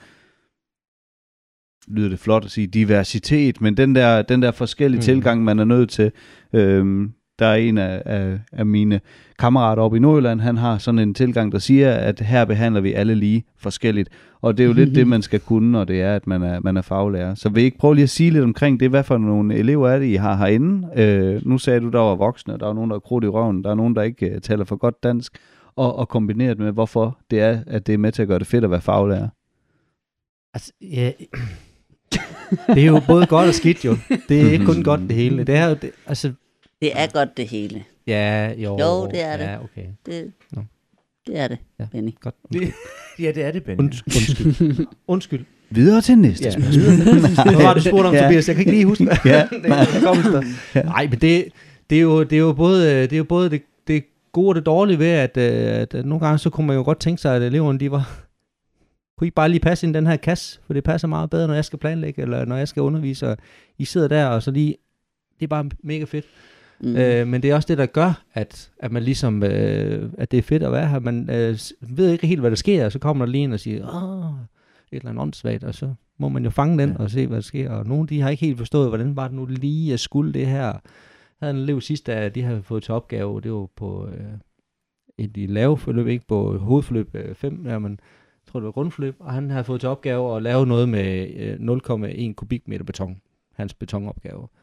lyder det flot at sige, diversitet, men den der, den der forskellige mm. tilgang, man er nødt til. Øhm, der er en af, af, af mine kammerater oppe i Nordjylland, han har sådan en tilgang, der siger, at her behandler vi alle lige forskelligt. Og det er jo lidt det, man skal kunne, når det er, at man er, man er faglærer. Så vil I ikke prøve lige at sige lidt omkring det? Hvad for nogle elever er det, I har herinde? Øh, nu sagde du, der var voksne, der er nogen, der er krudt i røven, der er nogen, der ikke uh, taler for godt dansk, og, og kombineret med, hvorfor det er, at det er med til at gøre det fedt at være faglærer. Altså, ja. Det er jo både godt og skidt, jo. Det er ikke kun godt det hele. Det er jo, det, altså... Det er godt det hele. Ja, jo. Jo, det er det. Ja, okay. Det, Nå. det er det, Ja. Benny. Godt. Ja, det er det, Benny. Und, undskyld. Undskyld. Videre til næste Ja. spørgsmål. Hvad var det, du spurgte om, Ja. Tobias? Jeg kan ikke lige huske, hvad Ja. det kom der. Nej, men det, det, er jo, det er jo både, det, er jo både det, det gode og det dårlige ved, at, at, at nogle gange så kunne man jo godt tænke sig, at eleverne, de var... Kunne I bare lige passe ind i den her kasse? For det passer meget bedre, når jeg skal planlægge, eller når jeg skal undervise, og I sidder der, og så lige... Det er bare mega fedt. Mm. Øh, men det er også det, der gør, at, at man ligesom, øh, at det er fedt at være her. Man øh, ved ikke helt, hvad der sker, og så kommer der lige en og siger, åh, et eller andet åndssvagt, og så må man jo fange den ja. og se, hvad der sker. Og nogle, de har ikke helt forstået, hvordan var det nu lige, jeg skulle det her. Jeg havde en elev sidst, da de havde fået til opgave, det var på øh, et i lave forløb, ikke på hovedforløb fem, øh, men jeg tror, det var grundforløb, og han havde fået til opgave at lave noget med øh, nul komma en kubikmeter beton, hans betonopgave.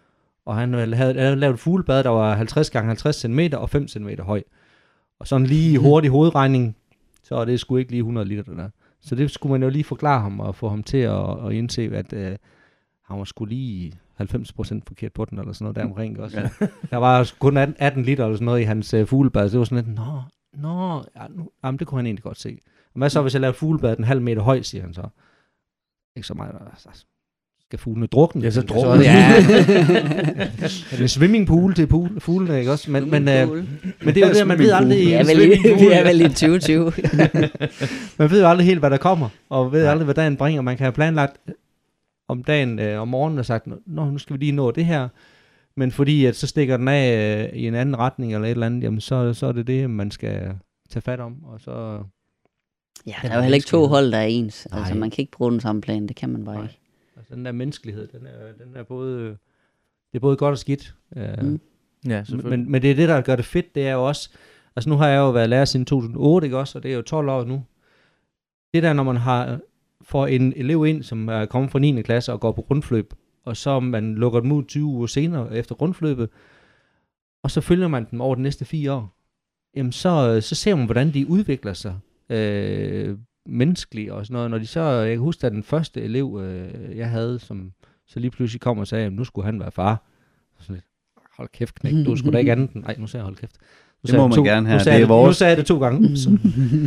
Og han havde, havde lavet et fuglebad, der var halvtreds gange halvtreds centimeter og fem centimeter høj. Og sådan lige hurtig hovedregning, så er det sgu ikke lige hundrede liter, det der. Så det skulle man jo lige forklare ham og få ham til at, at indse, at øh, han var sgu lige halvfems procent forkert på den, eller sådan noget der omkring også. Ja. Der var kun atten liter eller sådan noget i hans øh, fuglebad, så det var sådan lidt, nå, nå, ja, nu, jamen, det kunne han egentlig godt se. Og hvad så, hvis jeg lavede fuglebad en halv meter høj, siger han så. Ikke så meget, altså, skal fuglene drukne? Ja, så så drukne. er det, ja. Det er en swimmingpool til pool, fuglene, ikke også? Men, men, øh, men det er jo det, man ved aldrig. Vi er vel i, vi er vel i tyve tyve. Man ved jo aldrig helt, hvad der kommer, og ved aldrig, hvad dagen bringer. Man kan have planlagt om dagen, øh, om morgenen, og sagt, nå, nu skal vi lige nå det her. Men fordi, at så stikker den af øh, i en anden retning, eller et eller andet, jamen, så, så er det det, man skal tage fat om, og så... Ja, der er jo heller ikke to hold, der er ens. Nej. Altså, man kan ikke bruge den samme plan, det kan man bare Nej. ikke. Altså, den der menneskelighed, den er, den er både... Det er både godt og skidt. Uh, Mm. Ja, men, men det er det, der gør det fedt, det er jo også... Altså, nu har jeg jo været lærer siden to tusind og otte, ikke også? Og det er jo tolv år nu. Det der, når man har får en elev ind, som er kommet fra niende klasse og går på grundforløb, og så man lukker dem ud tyve uger senere efter grundforløbet, og så følger man dem over de næste fire år, jamen så, så ser man, hvordan de udvikler sig øh, menneskeligt og sådan noget. Når de så, jeg kan huske, at den første elev, øh, jeg havde, som så lige pludselig kom og sagde, at nu skulle han være far. Så lidt, hold kæft, knæk, du skulle da ikke andet. Nej, nu sagde jeg, hold kæft. Nu Det må man to, gerne have. Nu sagde, Det er jeg, vores- nu sagde jeg det to gange. Så. øhm,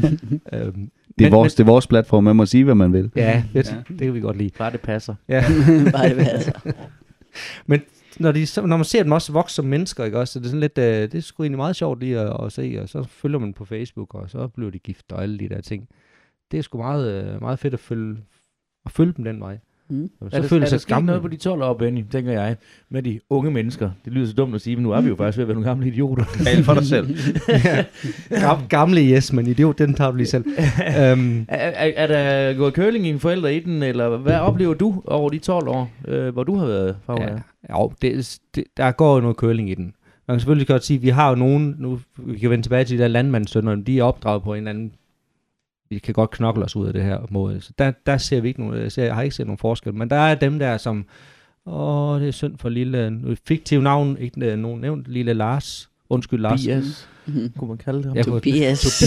Det er, men- vores, det er vores platform, man må sige, hvad man vil. Ja, fedt. Ja. Det kan vi godt lide. Bare det passer. Ja. Bare det altså. Men når, de, så, når man ser dem også vokse som mennesker, ikke også, så det er sådan lidt, øh, det er sgu egentlig meget sjovt lige at, at se, og så følger man på Facebook, og så bliver de gift og alle de der ting. Det er sgu meget, øh, meget fedt at følge, at følge dem den vej. Mm. Og Er der, er der sket noget på de tolv år, Benny, tænker jeg, med de unge mennesker? Det lyder så dumt at sige, men nu er vi jo faktisk ved at være nogle gamle idioter. Tal for dig selv. Gam, gamle yes, men idiot, den tager du lige selv. um, er, er, er der gået curling i en forældre i den, eller hvad oplever du over de tolv år, øh, hvor du har været faglærer? ja, jo, det, det, der går jo noget curling i den. Man kan selvfølgelig godt sige, at vi har jo nogen, nu vi kan vende tilbage til de der landmandssønner, de er opdraget på en eller anden, vi kan godt knokle os ud af det her måde. Så der, der ser vi ikke nogen, jeg, ser, jeg har ikke set nogen forskel. Men der er dem der, som, åh, det er synd for lille, fiktiv navn, ikke uh, nogen nævnt, lille Lars. Undskyld, Lars. Tobias, Mm. kunne man kalde det ham? Jeg kunne- Tobias.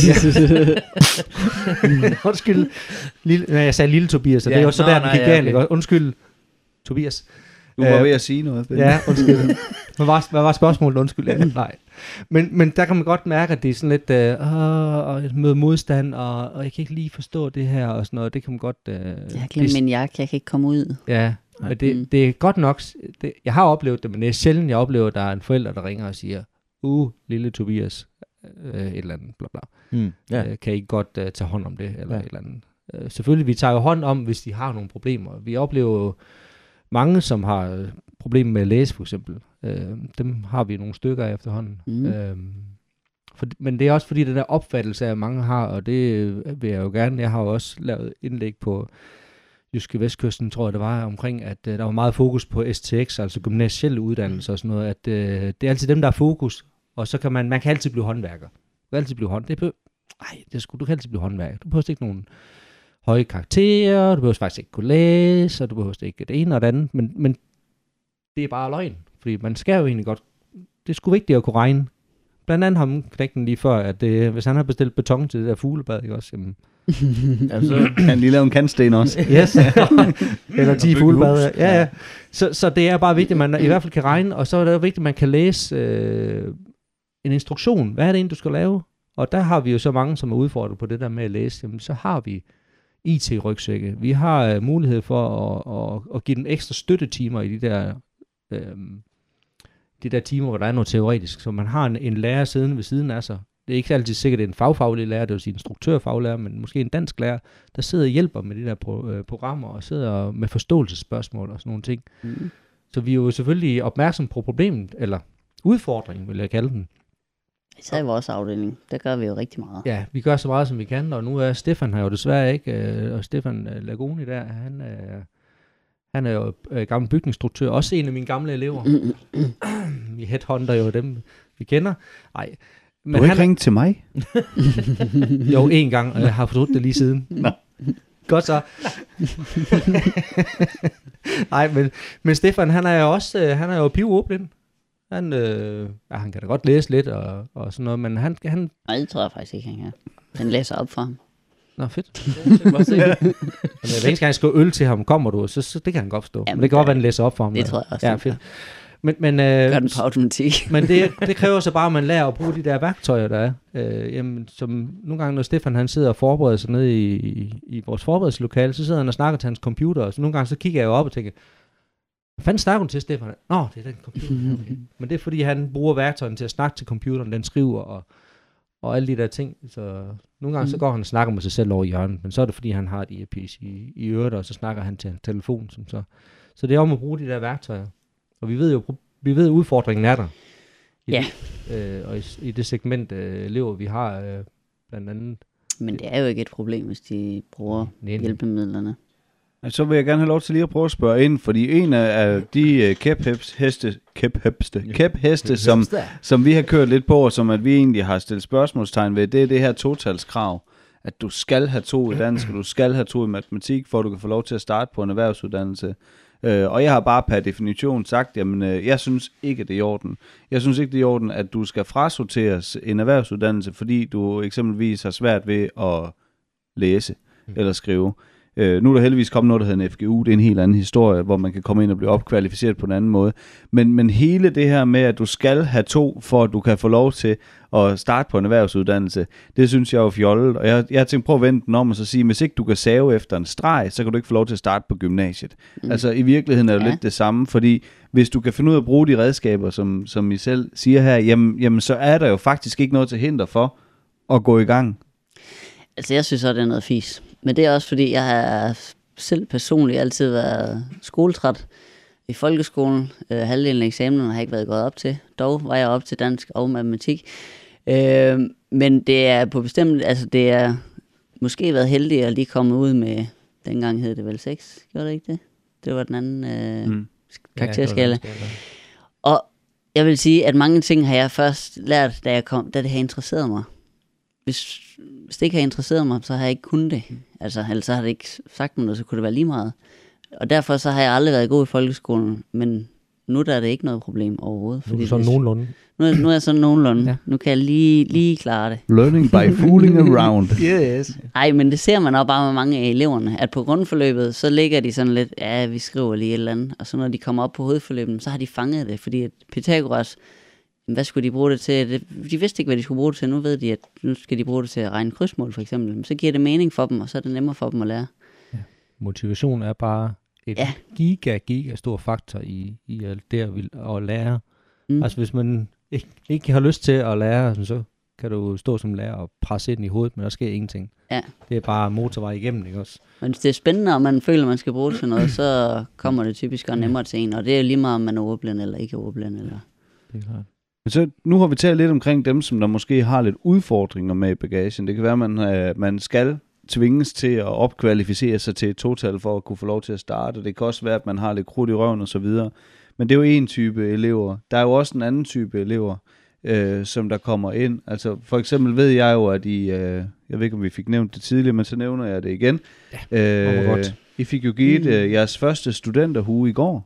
Undskyld. Lille, nej, jeg sagde lille Tobias, og Ja, det er jo så nå, der, den nej, gik ja, galt. okay. Ikke? Undskyld, Tobias. Du var Øh, ved at sige noget. Ben. Ja, undskyld. Hvad var, hvad var spørgsmålet? Undskyld. Ja, nej. Men, men der kan man godt mærke, at det er sådan lidt, øh, øh, møde modstand, og, og jeg kan ikke lige forstå det her, og sådan noget. Det kan man godt... Øh, Jeg har glemt min jakke, jeg kan ikke komme ud. Ja, men Mm. det, det er godt nok... Det, jeg har oplevet det, men det er sjældent, jeg oplever, at der er en forælder, der ringer og siger, uh, lille Tobias, øh, et eller andet, bla bla. Mm. Ja. Øh, kan I ikke godt uh, tage hånd om det, eller Ja. et eller andet. Øh, selvfølgelig, vi tager jo hånd om, hvis de har nogle problemer. Vi oplever jo mange, som har øh, problemer med at læse, for eksempel. Øh, dem har vi nogle stykker af efterhånden. Mm. Øh, for, men det er også fordi, den der opfattelse af, mange har, og det øh, vil jeg jo gerne. Jeg har jo også lavet indlæg på Jyske Vestkysten, tror jeg det var, omkring, at øh, der var meget fokus på S T X, altså gymnasielle uddannelser og sådan noget, at øh, det er altid dem, der er fokus, og så kan man, man kan altid blive håndværker. Du kan altid blive hånd. Det behøver, ej, det skulle, du kan altid blive håndværker. Du behøver ikke nogen høje karakterer, du behøver faktisk ikke kunne læse, og du behøver ikke det ene og det andet, men, men det er bare løgn, fordi man skal jo egentlig godt, det er sgu vigtigt at kunne regne. Blandt andet ham knægten lige før, at det, hvis han har bestilt beton til det der fuglebad, ikke også, jamen, Altså, Han lige lave en kantsten også. yes. Eller ti bygge fuglebade. hus. Ja, ja. Så, så det er bare vigtigt, at man i hvert fald kan regne, og så er det jo vigtigt, at man kan læse øh, en instruktion. Hvad er det egentlig, du skal lave? Og der har vi jo så mange, som er udfordret på det der med at læse. Jamen, så har vi I T-rygsække. Vi har øh, mulighed for at, at, at give den ekstra støttetimer i de der, øh, de der timer, hvor der er noget teoretisk. Så man har en, en lærer siden ved siden af sig. Det er ikke altid sikkert, det er en fagfaglig lærer, det vil sige en instruktørfaglærer, men måske en dansk lærer, der sidder og hjælper med de der pro, øh, programmer, og sidder med forståelsesspørgsmål og sådan nogle ting. Mm. Så vi er jo selvfølgelig opmærksom på problemet, eller udfordringen, vil jeg kalde den. Især i vores afdeling, der gør vi jo rigtig meget. Ja, vi gør så meget, som vi kan, og nu er Stefan her jo desværre ikke, øh, og Stefan øh, Lagoni der, han, øh, han er jo øh, gammel bygningsstruktør, også en af mine gamle elever. Vi headhunter jo dem, vi kender. Ej, Men du har ikke ringet til mig? jo en gang, og jeg har fortrudt det lige siden. Nå. Godt så. Nej, men, men Stefan, han er jo også, øh, han er jo pivåblind. Han, øh, ja, han kan da godt læse lidt og, og sådan noget, men han... han Nej, det tror jeg faktisk ikke, han kan. Den læser op for ham. Nå, fedt. Men hver eneste gang jeg skal øl til ham, kommer du, så, så det kan han godt forstå. Jamen, men det kan godt være, han læser op for ham. Det tror jeg også. Ja, fedt. Men, men, øh, gør den på automatik. men det, det kræver så bare, at man lærer at bruge de der værktøjer, der er. Øh, jamen, som nogle gange, når Stefan han sidder og forbereder sig nede i, i, i vores forberedelseslokale, så sidder han og snakker til hans computer, og så nogle gange så kigger jeg jo op og tænker, hvad fanden snakker hun til, Stefan? Nå, det er den computer. Okay. Men det er, fordi han bruger værktøjerne til at snakke til computeren, den skriver og, og alle de der ting. Så nogle gange mm. så går han og snakker med sig selv over i hjørnet, men så er det, fordi han har et earpiece i, i øret, og så snakker han til telefon. Som så. så det er om at bruge de der værktøjer. Og vi ved jo, vi ved, at udfordringen er der. I Ja. Det, øh, og i, i det segment øh, elever, vi har øh, blandt andet. Men det er jo ikke et problem, hvis de bruger Nej, nej. hjælpemidlerne. Så vil jeg gerne have lov til lige at prøve at spørge ind, fordi en af de kæpheste, kæpheste, kæpheste som, som vi har kørt lidt på, og som at vi egentlig har stillet spørgsmålstegn ved, det er det her totalskrav, at du skal have to i dansk, og du skal have to i matematik, for at du kan få lov til at starte på en erhvervsuddannelse. Øh, og jeg har bare per definition sagt, jamen øh, jeg synes ikke, det er i orden. Jeg synes ikke, det er i orden, at du skal frasorteres en erhvervsuddannelse, fordi du eksempelvis har svært ved at læse mm. eller skrive. Øh, nu er der heldigvis kommet noget, der hedder en F G U. Det er en helt anden historie, hvor man kan komme ind og blive opkvalificeret på en anden måde. Men, men hele det her med, at du skal have to, for at du kan få lov til at starte på en erhvervsuddannelse, det synes jeg er jo fjollet. Og jeg, jeg har tænkt, prøv at vente den om og så sige, hvis ikke du kan save efter en streg, så kan du ikke få lov til at starte på gymnasiet. Mm. Altså i virkeligheden er det ja. lidt det samme, fordi hvis du kan finde ud af at bruge de redskaber, som, som I selv siger her, jamen, jamen så er der jo faktisk ikke noget til hinder for at gå i gang. Altså jeg synes også, det er noget fis. Men det er også fordi, jeg har selv personligt altid været skoletræt i folkeskolen. Øh, halvdelen af eksamenerne har jeg ikke været gået op til. Dog var jeg op til dansk og matematik. Øh, men det er på bestemt, altså det er måske været heldig at lige komme ud med, dengang hed det vel seks, gjorde det ikke det? Det var den anden øh, mm. karakterskala. Ja, og jeg vil sige, at mange ting har jeg først lært, da, jeg kom, da det har interesseret mig. Hvis, hvis det ikke har interesseret mig, så har jeg ikke kunnet det. Altså, ellers så har det ikke sagt mig noget, så kunne det være lige meget. Og derfor så har jeg aldrig været god i folkeskolen, men nu der er det ikke noget problem overhovedet. Nu er du sådan nogenlunde. Nu er, nu er jeg sådan nogenlunde. Ja. Nu kan jeg lige, lige klare det. Learning by fooling around. Yes. Ej, men det ser man også bare med mange af eleverne, at på grundforløbet, så ligger de sådan lidt, ja, vi skriver lige et eller andet. Og så når de kommer op på hovedforløbet, så har de fanget det, fordi at Pythagoras, hvad skulle de bruge det til? De vidste ikke, hvad de skulle bruge det til. Nu ved de, at nu skal de bruge det til at regne krydsmål, for eksempel. Men så giver det mening for dem, og så er det nemmere for dem at lære. Ja. Motivation er bare et ja. giga, giga stor faktor i, i alt det at, at lære. Mm. Altså hvis man ikke, ikke har lyst til at lære, så kan du stå som lærer og presse ind i hovedet, men der sker ingenting. Ja. Det er bare motorvej igennem, ikke også? Men hvis det er spændende, og man føler, at man skal bruge det til noget, så kommer det typisk og nemmere til en. Og det er jo lige meget, om man er ordblind eller ikke er ordblind. Eller... Det er klart. Så nu har vi talt lidt omkring dem, som der måske har lidt udfordringer med i bagagen. Det kan være, at man, øh, man skal tvinges til at opkvalificere sig til et total for at kunne få lov til at starte. Det kan også være, at man har lidt krudt i røven og så videre. Men det er jo en type elever. Der er jo også en anden type elever, øh, som der kommer ind. Altså for eksempel ved jeg jo, at I, øh, jeg ved ikke, om vi fik nævnt det tidligere, men så nævner jeg det igen. Ja, øh, godt. I fik jo givet øh, jeres første studenterhue i går.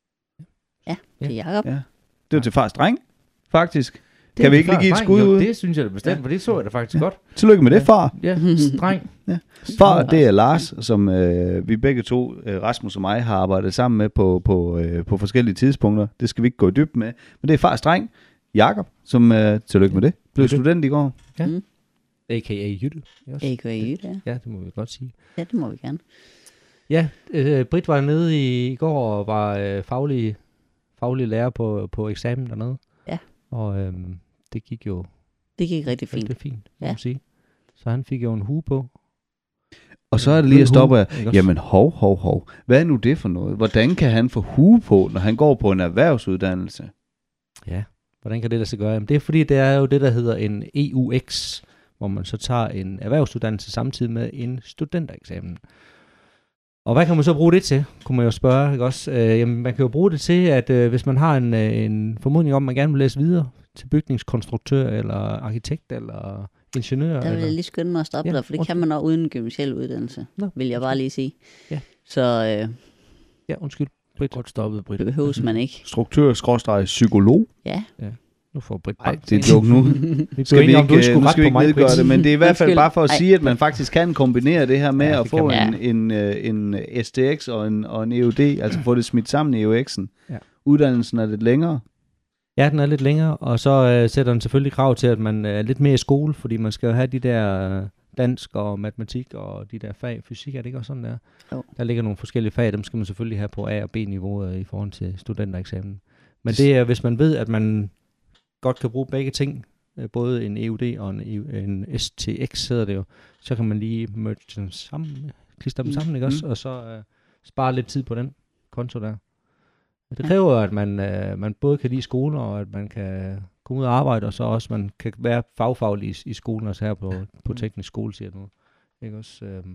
Ja, til Jacob. Ja. Det var til fars dreng, faktisk. Det kan vi ikke lige give et skud ud? Det synes jeg da bestemt, ja. For det så jeg da faktisk ja. godt. Tillykke med det, far. Ja, streng. Ja. Far, det er Lars, som øh, vi begge to, øh, Rasmus og mig, har arbejdet sammen med på, på, øh, på forskellige tidspunkter. Det skal vi ikke gå i dybden med. Men det er fars dreng, Jakob, som øh, tillykke med det. Blev student i går. Ja. Mm. A K A Jytte. A K A Jytte, ja. Ja, det må vi godt sige. Ja, det må vi gerne. Ja, øh, Britt var nede i, i går og var øh, faglig, faglig lærer på, på eksamen dernede. Ja. Og øh, det gik jo... Det gik rigtig fint. Rigtig fint, må ja. man sige. Så han fik jo en hue på. Og så er det lige at stoppe af, jamen hov, hov, hov. Hvad er nu det for noget? Hvordan kan han få hue på, når han går på en erhvervsuddannelse? Ja, hvordan kan det lade sig gøre? Jamen, det er fordi, det er jo det, der hedder en E U X, hvor man så tager en erhvervsuddannelse samtidig med en studentereksamen. Og hvad kan man så bruge det til, kunne man jo spørge, ikke også? Øh, jamen, man kan jo bruge det til, at øh, hvis man har en, øh, en formodning om, at man gerne vil læse videre til bygningskonstruktør, eller arkitekt, eller ingeniør? Der vil eller? jeg lige skynde mig at stoppe Ja, ja, dig, for det undskyld. kan man også uden gymnasiel uddannelse, Nå, vil jeg bare lige sige. Ja. Så øh, Ja, undskyld. Britt. Godt stoppet, Britt. det behøves man ikke. Struktør, skråstreg, psykolog. Ja, Nu får Britt Nej, bare det er joke nu. Vi Skal vi om du ikke, skulle nu ret skal vi på ikke mig, nedgøre Britt. det, men det er i hvert fald Undskyld. bare for at Ej. sige, at man faktisk kan kombinere det her med Ja, at det få kan man. en, en, øh, en S T X og en, og en E U D, altså få det smidt sammen i E U X'en. Ja. Uddannelsen er lidt længere. Ja, den er lidt længere, og så øh, sætter den selvfølgelig krav til, at man er lidt mere i skole, fordi man skal jo have de der øh, dansk og matematik og de der fag. Fysik, er det ikke også sådan der? Jo. Der ligger nogle forskellige fag, dem skal man selvfølgelig have på A- og B-niveau øh, i forhold til studentereksamen. Men det er, hvis man ved, at man godt kan bruge begge ting, øh, både en E U D og en, E U, en S T X hedder det jo, så kan man lige merge dem sammen, klister dem Mm. sammen, ikke også? Mm. Og så øh, spare lidt tid på den konto der. Det kræver, at man, øh, man både kan lide skole, og at man kan komme ud og arbejde, og så også man kan være fagfaglig i, i skolen, også her på, på teknisk skole, siger du. Ikke også? Øhm.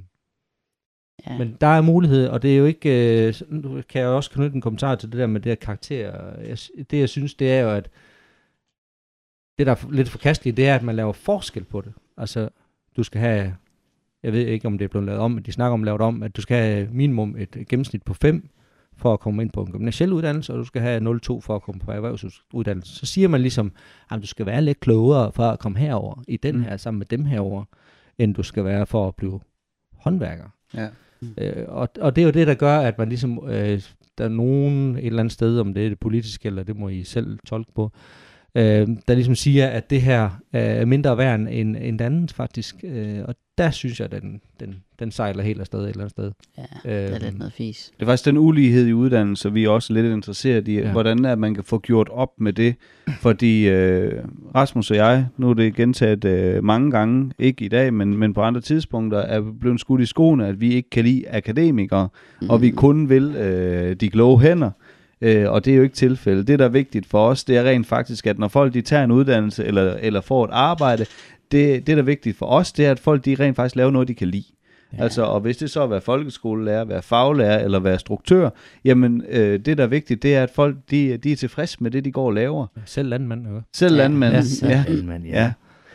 ja. Men der er mulighed, og det er jo ikke, øh, nu kan jeg også knytte en kommentar til det der med det her karakter. Jeg, det jeg synes, det er jo, at det der er lidt forkasteligt, det er, at man laver forskel på det. Altså, du skal have, jeg ved ikke, om det er blevet lavet om, men de snakker om lavet om, at du skal have minimum et gennemsnit på fem, for at komme ind på en gymnasiel uddannelse, og du skal have nul komma to for at komme på erhvervsuddannelse. Så siger man ligesom, at du skal være lidt klogere for at komme herover i den her, sammen med dem herover, end du skal være for at blive håndværker. Ja. Øh, og, og det er jo det, der gør, at man ligesom, øh, der er nogen et eller andet sted, om det er det politiske, eller det må I selv tolke på, øh, der ligesom siger, at det her er mindre værd end, end det andet faktisk. Øh, og der synes jeg, at den, den, den sejler helt afsted et eller andet sted. ja, det er Øhm, lidt noget fis. Det er faktisk den ulighed i uddannelse, vi er også lidt interesseret i, Ja. ja. hvordan at man kan få gjort op med det. Fordi øh, Rasmus og jeg, nu er det gentaget øh, mange gange, ikke i dag, men, men på andre tidspunkter, er blevet skudt i skoene, at vi ikke kan lide akademikere, mm. og vi kun vil øh, de kloge hænder. Øh, og det er jo ikke tilfældet. Det, der er vigtigt for os, det er rent faktisk, at når folk de tager en uddannelse eller, eller får et arbejde, det, det, der er vigtigt for os, det er, at folk de rent faktisk laver noget, de kan lide. Ja. Altså, og hvis det så er at være folkeskolelærer, være faglærer eller være struktør, jamen øh, det, der er vigtigt, det er, at folk de, de er tilfredse med det, de går og laver. Selv landmand, jo. Selv Ja. landmand. Ja. Ja. Elman, Ja.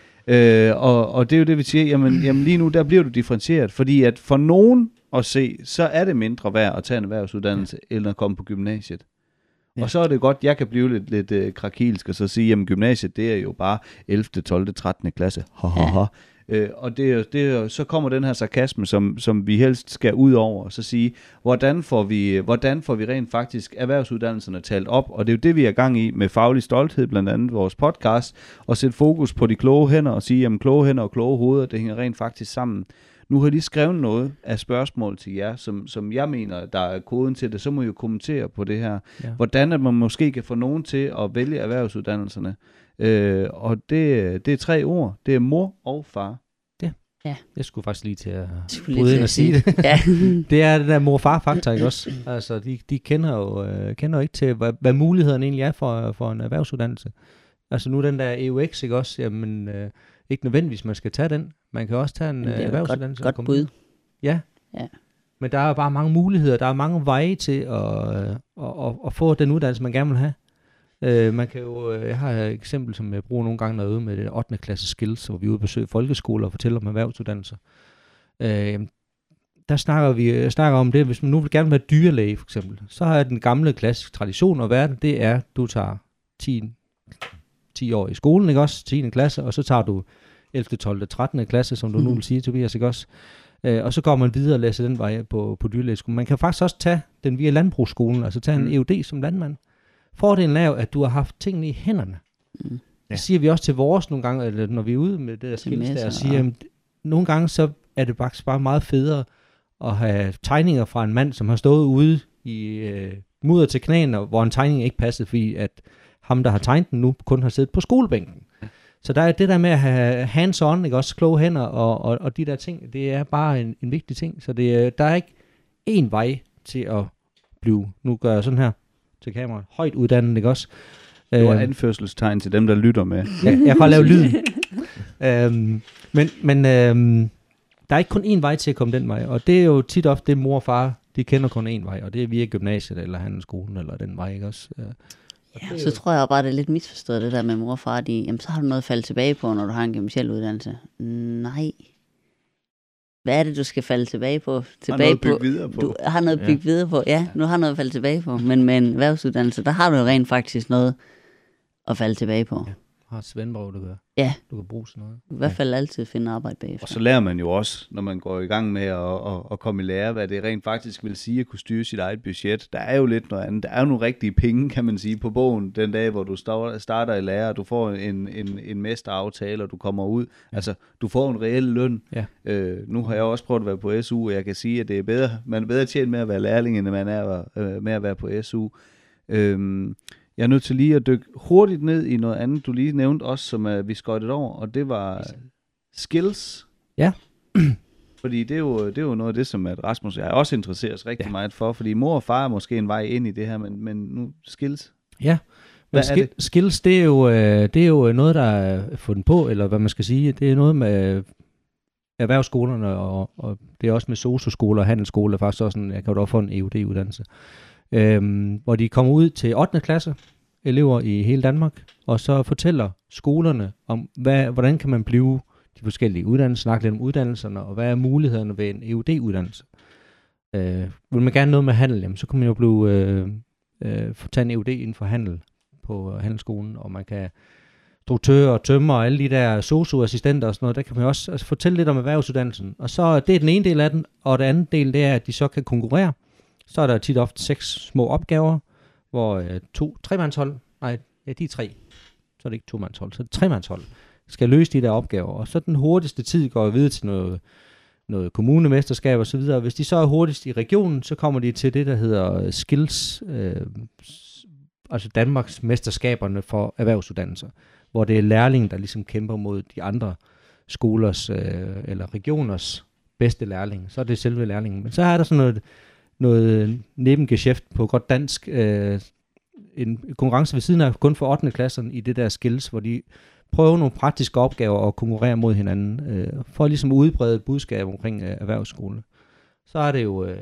Øh, og, og det er jo det, vi siger, jamen, jamen lige nu, der bliver du differentieret, fordi at for nogen at se, så er det mindre værd at tage en erhvervsuddannelse, ja. eller at komme på gymnasiet. Ja. Og så er det godt, jeg kan blive lidt, lidt øh, krakilsk og så sige, jamen gymnasiet, det er jo bare ellevte, tolvte, trettende klasse. Ha, ha, ha. Øh, og det er, jo- det er, jo- så kommer den her sarkasme, som, som vi helst skal ud over, og så sige, hvordan får, vi, hvordan får vi rent faktisk erhvervsuddannelserne talt op, og det er jo det, vi er i gang i med faglig stolthed, blandt andet vores podcast, og sætte fokus på de kloge hænder, og sige, jamen kloge hænder og kloge hoveder, det hænger rent faktisk sammen. Nu har jeg lige skrevet noget af spørgsmål til jer, som, som jeg mener, der er koden til det, så må I jo kommentere på det her. Ja. Hvordan at man måske kan få nogen til at vælge erhvervsuddannelserne. Øh, og det, det er tre ord. Det er mor og far. Jeg skulle faktisk lige til at Skulle bryde lige ind til og at sige det. Ja. Det er den der mor-far-faktor, ikke også? Altså, de, de kender jo øh, kender jo ikke til, hvad, hvad mulighederne egentlig er for, for en erhvervsuddannelse. Altså nu den der E U X, ikke også? Jamen, øh, ikke nødvendigvis, man skal tage den. Man kan også tage en Men øh, det er jo et erhvervsuddannelse. godt, og godt komme bud. ind. Ja. Ja. Men der er jo bare mange muligheder. Der er mange veje til at, øh, at, at, at få den uddannelse, man gerne vil have. Øh, man kan jo, øh, jeg har et eksempel, som jeg bruger nogle gange, når jeg er ude med det ottende klasse skills, hvor vi er ude og besøge folkeskoler og fortæller om erhvervsuddannelser. Øh, der snakker vi jeg snakker om det, hvis man nu vil gerne være dyrlæge for eksempel, så har den gamle klassiske tradition og verden, det er, du tager ti, ti år i skolen, ikke også, tiende klasse, og så tager du ellevte, tolvte, trettende klasse, som du nu vil sige, Tobias, ikke også? Øh, og så går man videre og læser den vej på, på dyrlægeskolen. Man kan faktisk også tage den via landbrugsskolen, altså tage en Mm. E U D som landmand. Fordelen er jo, at du har haft tingene i hænderne. Mm. Det Ja. siger vi også til vores nogle gange, eller når vi er ude med det der Til skills der, messer og siger, og- jamen, nogle gange så er det faktisk bare meget federe at have tegninger fra en mand, som har stået ude i øh, mudder til knæene, hvor en tegning ikke passede, fordi at ham, der har tegnet den nu, kun har siddet på skolebænken. Så der er det der med at have hands-on, ikke også kloge hænder og, og, og de der ting, det er bare en, en vigtig ting. Så det, er- der er ikke én vej til at blive, nu gør jeg sådan her til kameraet, højt uddannet, ikke også? Det var Øhm, anførselstegn til dem, der lytter med. Ja, jeg kan godt lave lyden. øhm, men men øhm, der er ikke kun én vej til at komme den vej, og det er jo tit ofte det mor og far, de kender kun én vej, og det er via gymnasiet, eller handelsskolen, eller den vej, ikke også? Øh, Ja, så tror jeg bare, det er lidt misforstået, det der med mor og far. De, jamen, så har du noget at falde tilbage på, når du har en gymnasiel uddannelse. Nej. Hvad er det, du skal falde tilbage på? Tilbage har noget at bygge videre på. Du har noget at bygge ja. videre på. Ja, nu har noget at falde tilbage på. Men med en erhvervsuddannelse, der har du jo rent faktisk noget at falde tilbage på. Ja. Har et svendbrød, du kan, ja. du kan bruge sådan noget. Du kan i hvert fald altid finde arbejde bagefter. Og så lærer man jo også, når man går i gang med at, at, at komme i lære, hvad det rent faktisk vil sige at kunne styre sit eget budget. Der er jo lidt noget andet. Der er jo nogle rigtige penge, kan man sige, på bogen den dag, hvor du starter i lære, og du får en, en, en mesteraftale, og du kommer ud. Ja. Altså, du får en reel løn. Ja. Øh, nu har jeg også prøvet at være på S U, og jeg kan sige, at det er bedre, man er bedre tjent med at være lærling, end man er øh, med at være på S U. Øh, Jeg er nødt til lige at dykke hurtigt ned i noget andet, du lige nævnte også, som uh, vi skøjtede over, og det var skills. Ja. Fordi det er, jo, det er jo noget af det, som at Rasmus og jeg også interesserer os rigtig ja. meget for, fordi mor og far er måske en vej ind i det her, men, men nu skills. Ja, men sk- det? skills, det er, jo, det er jo noget, der er fundet på, eller hvad man skal sige, det er noget med erhvervsskolerne, og, og det er også med sosu-skoler og handelsskoler, faktisk også sådan, jeg kan jo også få en E U D-uddannelse. Øhm, hvor de kommer ud til ottende klasse, elever i hele Danmark, og så fortæller skolerne om, hvad, hvordan kan man blive de forskellige uddannelser, snakke lidt om uddannelserne, og hvad er mulighederne ved en E U D-uddannelse. Øh, vil man gerne noget med handel, jamen, så kan man jo blive, øh, øh, tage en E U D inden for handel på handelsskolen, og man kan struktører og tømmer og alle de der sosu-assistenter og sådan noget, der kan man også altså, fortælle lidt om erhvervsuddannelsen. Og så det er den ene del af den, og den anden del, det er, at de så kan konkurrere. Så er der tit ofte seks små opgaver, hvor øh, to, tremandshold, nej, ja, de er tre, så er det ikke tomandshold, så er det tremandshold, skal løse de der opgaver. Og så den hurtigste tid går videre til noget, noget kommunemesterskab og så videre. Hvis de så er hurtigst i regionen, så kommer de til det, der hedder skills, øh, altså Danmarks mesterskaberne for erhvervsuddannelser, hvor det er lærlingen, der ligesom kæmper mod de andre skolers, øh, eller regioners bedste lærling. Så er det selve lærlingen. Men så er der sådan noget, noget nebengeschæft på godt dansk, øh, en konkurrence ved siden af kun for ottende klasserne i det der skills, hvor de prøver nogle praktiske opgaver og konkurrere mod hinanden, øh, for at ligesom udbrede et budskab omkring øh, erhvervsskole. Så er det jo øh,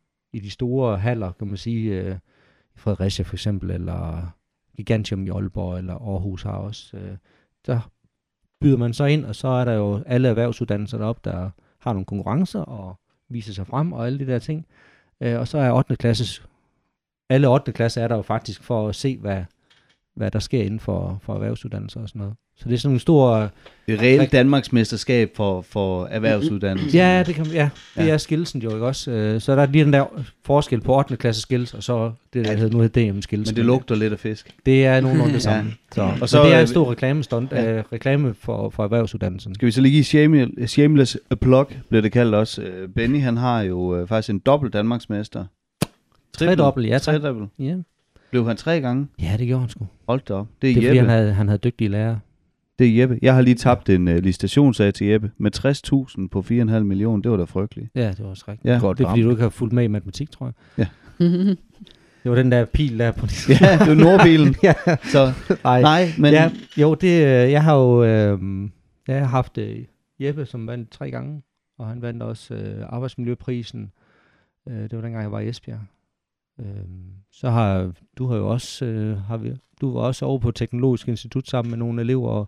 i de store haller, kan man sige, øh, i Fredericia for eksempel, eller Gigantium i Aalborg, eller Aarhus har også. Øh, der byder man så ind, og så er der jo alle erhvervsuddannelser deroppe, der har nogle konkurrencer og viser sig frem, og alle de der ting. Øh, og så er ottende klasses, alle ottende klasse er der jo faktisk for at se, hvad, hvad der sker inden for, for erhvervsuddannelser og sådan noget. Så det er sådan en stor... Det er reelt Danmarks mesterskab for, for erhvervsuddannelser. Ja, det, kan, ja, det ja. er skillsen jo ikke også. Øh, så der er lige den der forskel på ottende klasse skills, og så det, der ja. hedder nu hedder D M skills. Men det lugter lidt af fisk. Det er nogenlunde det samme. Ja. Så, og så, så det er en stor reklamestunt, ja. øh, reklame for, for erhvervsuddannelsen. Skal vi så lige give shameless, shameless plug, bliver det kaldt også. Benny, han har jo øh, faktisk en dobbelt Danmarksmester. Tredobbelt, ja tak. Tredobbelt. Ja. Blev han tre gange? Ja, det gjorde han sgu. Hold da op. Det er, det er Jeppe. fordi, han havde, han havde dygtige lærere. Det er Jeppe. Jeg har lige tabt en uh, licitationssag til Jeppe med tres tusind på fire komma fem millioner. Det var da frygteligt. Ja, det var også rigtigt. Ja. Godt, det er fordi, du ikke har fulgt med i matematik, tror jeg. Ja. Det var den der pil der på det. Ja, det var Nordbilen. Ja. Så, Ej. nej, men... Ja, jo, det, jeg har jo øh, jeg har haft øh, Jeppe, som vandt tre gange, og han vandt også øh, arbejdsmiljøprisen. Øh, det var dengang, jeg var i Esbjerg. Øh, så har du har jo også, øh, har vi, du var også over på Teknologisk Institut sammen med nogle elever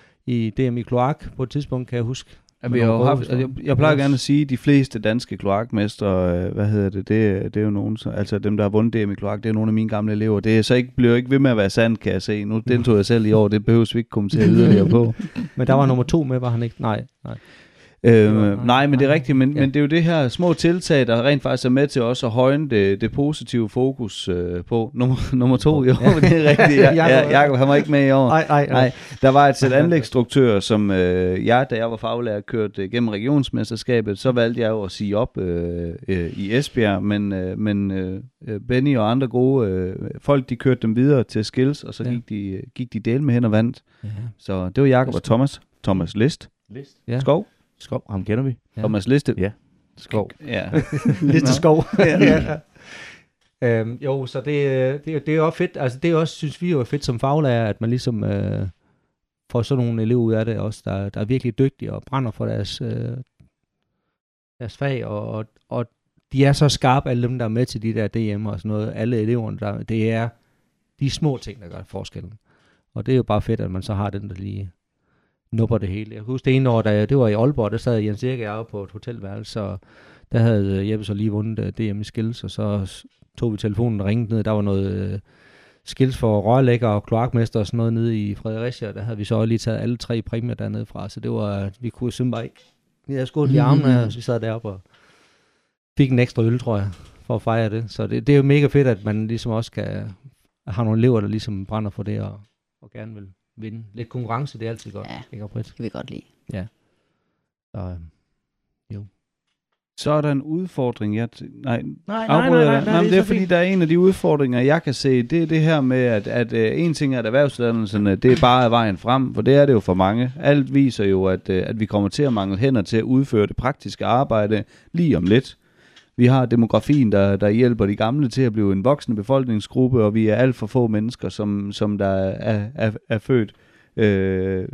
i D M i kloak på et tidspunkt, kan jeg huske. Ja, vi har jo haft, jeg, jeg plejer gerne at sige, at de fleste danske kloakmestre, hvad hedder det, det, det er jo nogen, altså dem, der har vundet D M i kloak, det er nogle af mine gamle elever. Det er så ikke, bliver ikke ved med at være sandt, kan jeg se. Nu den tog jeg selv i år, det behøves vi ikke kommentere yderligere på. Men der var nummer to med, var han ikke? Nej, nej. Øhm, nej, nej, men det er rigtigt, men, ja. men det er jo det her små tiltag, der rent faktisk er med til også at højne det, det positive fokus øh, på. Nummer, nummer to, jo, ja. Det er rigtigt. Ja, ja, Jakob, han var ikke med i år. Nej, nej, nej. Der var et sæt anlægsstruktører, som øh, jeg, da jeg var faglærer, kørte øh, gennem regionsmesterskabet, så valgte jeg jo at sige op øh, øh, i Esbjerg, men, øh, men øh, Benny og andre gode øh, folk, de kørte dem videre til skills, og så ja. gik de, gik de del med hen og vandt. Ja. Så det var Jakob og Thomas. Thomas List. List. Ja. Skov. Skov, ham kender vi. Ja. Thomas Liste. Ja, Skov. Ja. Liste Skov. ja. øhm, jo, så det, det, det er jo fedt. Altså det er også, synes vi jo er fedt som faglærer, at man ligesom øh, får sådan nogle elever ud af det også, der, der er virkelig dygtige og brænder for deres, øh, deres fag, og, og de er så skarpe, alle dem, der er med til de der D M'er og sådan noget. Alle eleverne, der, det er de små ting, der gør forskellen. Og det er jo bare fedt, at man så har den, der lige nupper det hele. Jeg kan huske det ene år, da jeg, det var i Aalborg, der sad Jens Erik og jeg på et hotelværelse, og der havde Jeppe så lige vundet D M i skills, og så tog vi telefonen og ringede ned. Der var noget uh, skills for rørlægger og kloakmester og sådan noget nede i Fredericia. Der havde vi så lige taget alle tre præmier dernede fra, så det var, vi kunne simpelthen bare ikke. Vi havde skudt i armene, og vi sad deroppe og fik en ekstra øl, tror jeg, for at fejre det. Så det, det er jo mega fedt, at man ligesom også kan have nogle elever, der ligesom brænder for det, og, og gerne vil vinde. Lidt konkurrence, det er altid godt. Ja, ikke det kan vi godt lide. Ja. Så, øhm, jo. Så er der en udfordring, jeg... T- nej, Nej, nej, afbryder nej, nej, jeg dig? nej, nej, det det er er så fordi, fint. der er en af de udfordringer, jeg kan se, det er det her med, at, at uh, en ting er, at erhvervsuddannelserne, det er bare vejen frem, for det er det jo for mange. Alt viser jo, at, uh, at vi kommer til at mangle hænder til at udføre det praktiske arbejde lige om lidt. Vi har demografien, der, der hjælper de gamle til at blive en voksende befolkningsgruppe, og vi er alt for få mennesker, som, som der er, er, er født øh,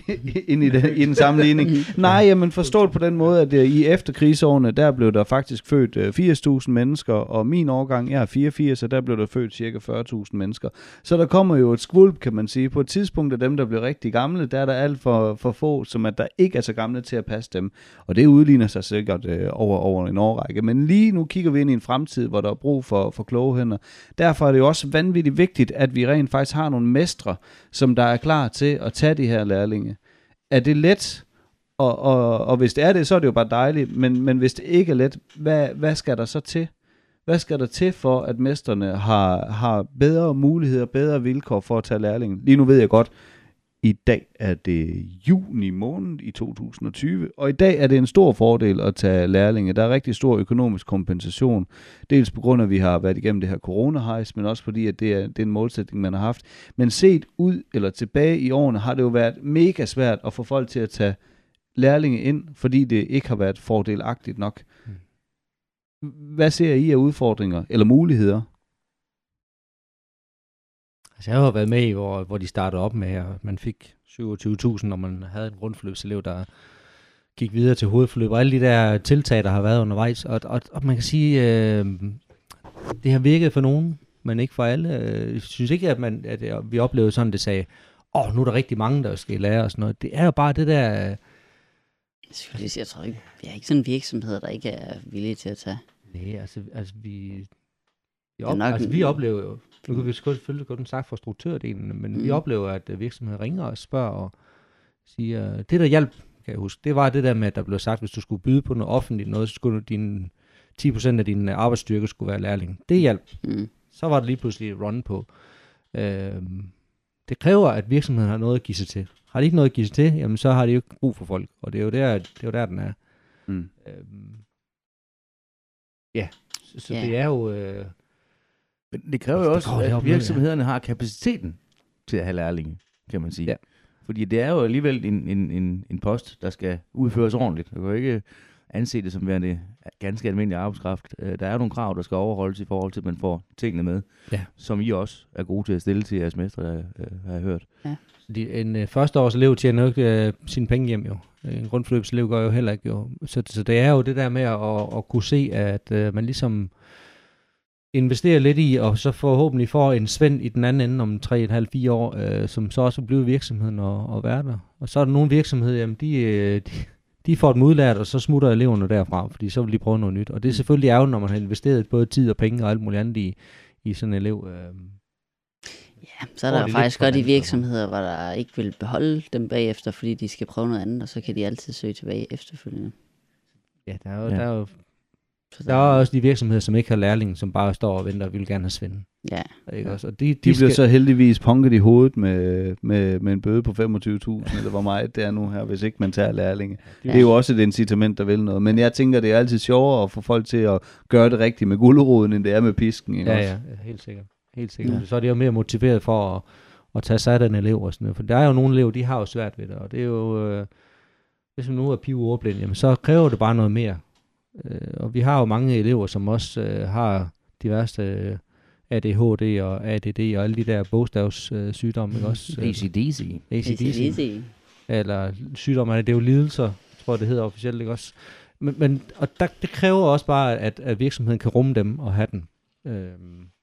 ind i, den, i den sammenligning. Nej, jamen forstået på den måde, at i efterkrigsårene, der blev der faktisk født øh, firs tusind mennesker, og min årgang, jeg er fireogfirs, så der blev der født cirka fyrre tusind mennesker. Så der kommer jo et skvulp, kan man sige. På et tidspunkt af dem, der bliver rigtig gamle, der er der alt for, for få, som at der ikke er så gamle til at passe dem. Og det udligner sig sikkert øh, over, over en årrække. Men lige nu kigger vi ind i en fremtid, hvor der er brug for, for kloge hænder. Derfor er det jo også vanvittigt vigtigt, at vi rent faktisk har nogle mestre, som der er klar til at tage de her lærlinge. Er det let? Og, og, og hvis det er det, så er det jo bare dejligt. Men, men hvis det ikke er let, hvad, hvad skal der så til? Hvad skal der til for, at mestrene har, har bedre muligheder, bedre vilkår for at tage lærlinge? Lige nu ved jeg godt, i dag er det juni måned i to tusind og tyve, og i dag er det en stor fordel at tage lærlinge. Der er rigtig stor økonomisk kompensation, dels på grund af, at vi har været igennem det her corona-hejs, men også fordi, at det er, det er en målsætning, man har haft. Men set ud eller tilbage i årene, har det jo været mega svært at få folk til at tage lærlinge ind, fordi det ikke har været fordelagtigt nok. Hvad ser I af udfordringer eller muligheder? Altså jeg har været med i, hvor, hvor de startede op med, at man fik syvogtyve tusind, når man havde en grundforløbselev, der gik videre til hovedforløb, og alle de der tiltag, der har været undervejs. Og, og, og man kan sige, øh, det har virket for nogen, men ikke for alle. Jeg synes ikke, at, man, at vi oplevede sådan, det sagde, åh, oh, nu er der rigtig mange, der skal lære og sådan noget. Det er jo bare det der... Jeg, skulle sige, jeg tror ikke, vi er ikke sådan en virksomhed, der ikke er villige til at tage. Nej, altså, altså vi... Vi, Det er op, nok altså, en- vi oplever jo, nu kan vi selvfølgelig godt sagt for struktørdelen, men mm. vi oplever, at øh, virksomheder ringer og spørger og siger, det der hjalp, kan jeg huske, det var det der med, at der blev sagt, hvis du skulle byde på noget offentligt noget, så skulle din ti procent af din arbejdsstyrke skulle være lærling. Det hjalp. Mm. Så var det lige pludselig et run på. Øhm, det kræver, at virksomheden har noget at give sig til. Har de ikke noget at give sig til, jamen så har de jo ikke brug for folk, og det er jo der, det er jo der den er. Mm. Øhm, ja, så, så Ja. det er jo... Øh, Men det kræver jo Det også, går det at op nu, ja. virksomhederne har kapaciteten til at have lærlinge, kan man sige. Ja. Fordi det er jo alligevel en, en, en, en post, der skal udføres ordentligt. Du kan jo ikke anse det som værende ganske almindelig arbejdskraft. Øh, Der er nogle krav, der skal overholdes i forhold til, at man får tingene med, Ja. som I også er gode til at stille til jeres mestre, øh, har jeg hørt. De, en øh, førsteårs elev tjener jo ikke øh, sine penge hjem jo. En grundforløbselev gør jo heller ikke jo. Så, så det er jo det der med at, at, at kunne se, at øh, man ligesom investerer lidt i, og så forhåbentlig får en svend i den anden ende om tre komma fem til fire år, øh, som så også bliver virksomheden og, og være der. Og så er der nogle virksomheder, jamen de, øh, de, de får dem udlært, og så smutter eleverne derfra, fordi så vil de prøve noget nyt. Og det er selvfølgelig ærgerligt, når man har investeret både tid og penge og alt muligt andet i, i sådan en elev. Øh, Ja, så er Får der de jo lidt faktisk for godt i danskere. virksomheder, hvor der ikke vil beholde dem bagefter, fordi de skal prøve noget andet, og så kan de altid søge tilbage efterfølgende. ja, der er jo, Ja. der er jo Så der er også de virksomheder, som ikke har lærlinge, som bare står og venter og vil gerne have svend. Ja, Ikke også? Og de, de, De bliver skal, så heldigvis punket i hovedet med, med, med en bøde på femogtyve tusind, eller hvor meget det er nu her, hvis ikke man tager lærlinge. Ja. Det er jo også et incitament, der vil noget. Men jeg tænker, det er altid sjovere at få folk til at gøre det rigtigt med guleroden, end det er med pisken. Ikke Ja, også? ja, helt sikkert. Helt sikkert. Ja. Ja. Så er de jo mere motiveret for at, at tage sig af den elev og sådan noget. For der er jo nogle elever, de har jo svært ved det, og det er jo, øh, hvis man nu er pive ordblind, jamen så kræver det bare noget mere. Øh, og vi har jo mange elever, som også øh, har diverse øh, A D H D og A D D og alle de der bogstavssygdomme, øh, sygdomme, ikke også? A C D C. A C D C. easy. Eller sygdomme, det er jo lidelser, tror jeg det hedder officielt, ikke også? Men, men og der, det kræver også bare, at, at virksomheden kan rumme dem og have den. Øhm,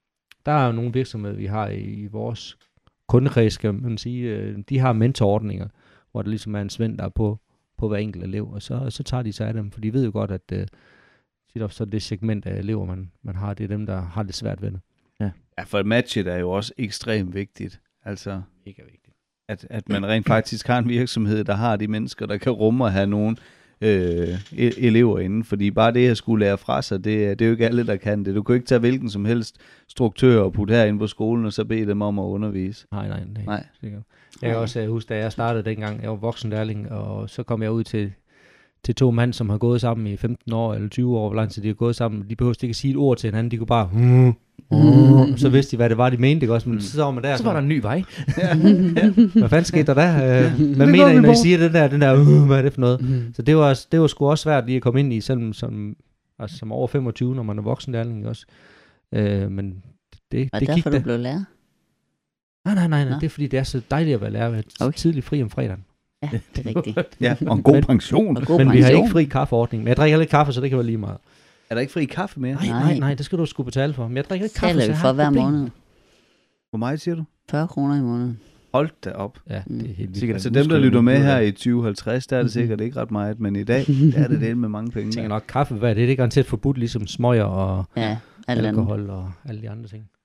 der er jo nogle virksomheder, vi har i, i vores kundekreds, skal man sige, øh, de har mentorordninger, hvor der ligesom er en svend, der er på, på hver enkelt elev, og så, så tager de sig af dem, for de ved jo godt, at øh, så det segment af elever, man, man har, det er dem, der har det svært ved det. Ja, ja, for matchet er jo også ekstremt vigtigt. Altså, Ikke vigtigt. at, at man rent faktisk har en virksomhed, der har de mennesker, der kan rumme at have nogle øh, e- elever inden. Fordi bare det at skulle lære fra sig, det, det er jo ikke alle, der kan det. Du kan ikke tage hvilken som helst struktør og putte herinde på skolen, og så bede dem om at undervise. Nej, nej, nej. Nej. Sikkert. Jeg kan også uh, huske, da jeg startede dengang, jeg var voksenlærling, og så kom jeg ud til, til to mænd, som har gået sammen i femten år eller tyve år, hvor lang tid de har gået sammen. De behøvede ikke at sige et ord til hinanden, de kunne bare... Mm, mm, så vidste de, hvad det var, de mente, ikke også? Men så var man der... Så var der en ny vej. Hvad fanden skete der der? Uh, hvad mener I, når I siger den der, den der, uh, hvad er det for noget? Mm. Så det var, det var sgu også svært lige at komme ind i, selvom som, altså, som over femogtyve, når man er voksenlærling, ikke også? Uh, men det, Og det derfor gik du da. blev lærer? Nej, nej, nej, nej. Nå. Det er fordi, det er så dejligt at være lærer. Okay. Tidligt fri om fredagen. Ja, det er rigtigt. Ja, og en god Men- pension. Og god Men vi har pension. ikke fri kaffeordning. Men jeg drikker heller ikke kaffe, så det kan være lige meget. Er der ikke fri kaffe mere? Nej, Nej. nej, nej, det skal du sgu betale for. Men jeg drikker ikke kaffe, Taler så vi jeg for har et hver problem. måned. Hvor meget siger du? fyrre kroner i måneden. Hold da op. Ja, det er helt vildt. Sikkert. Altså Nu dem, skal der du lytter nu med blive her der. i tyve halvtreds, der er det sikkert ikke ret meget, men i dag der er det det med mange penge. Jeg tænker der. nok, kaffe, hvad er det? Det er garanteret forbudt, ligesom smøger og Ja, alt andet. alkohol og alle de andre ting.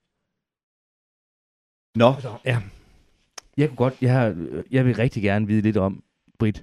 Nå, Ja. Jeg kunne godt, jeg, har, jeg vil rigtig gerne vide lidt om, Britt.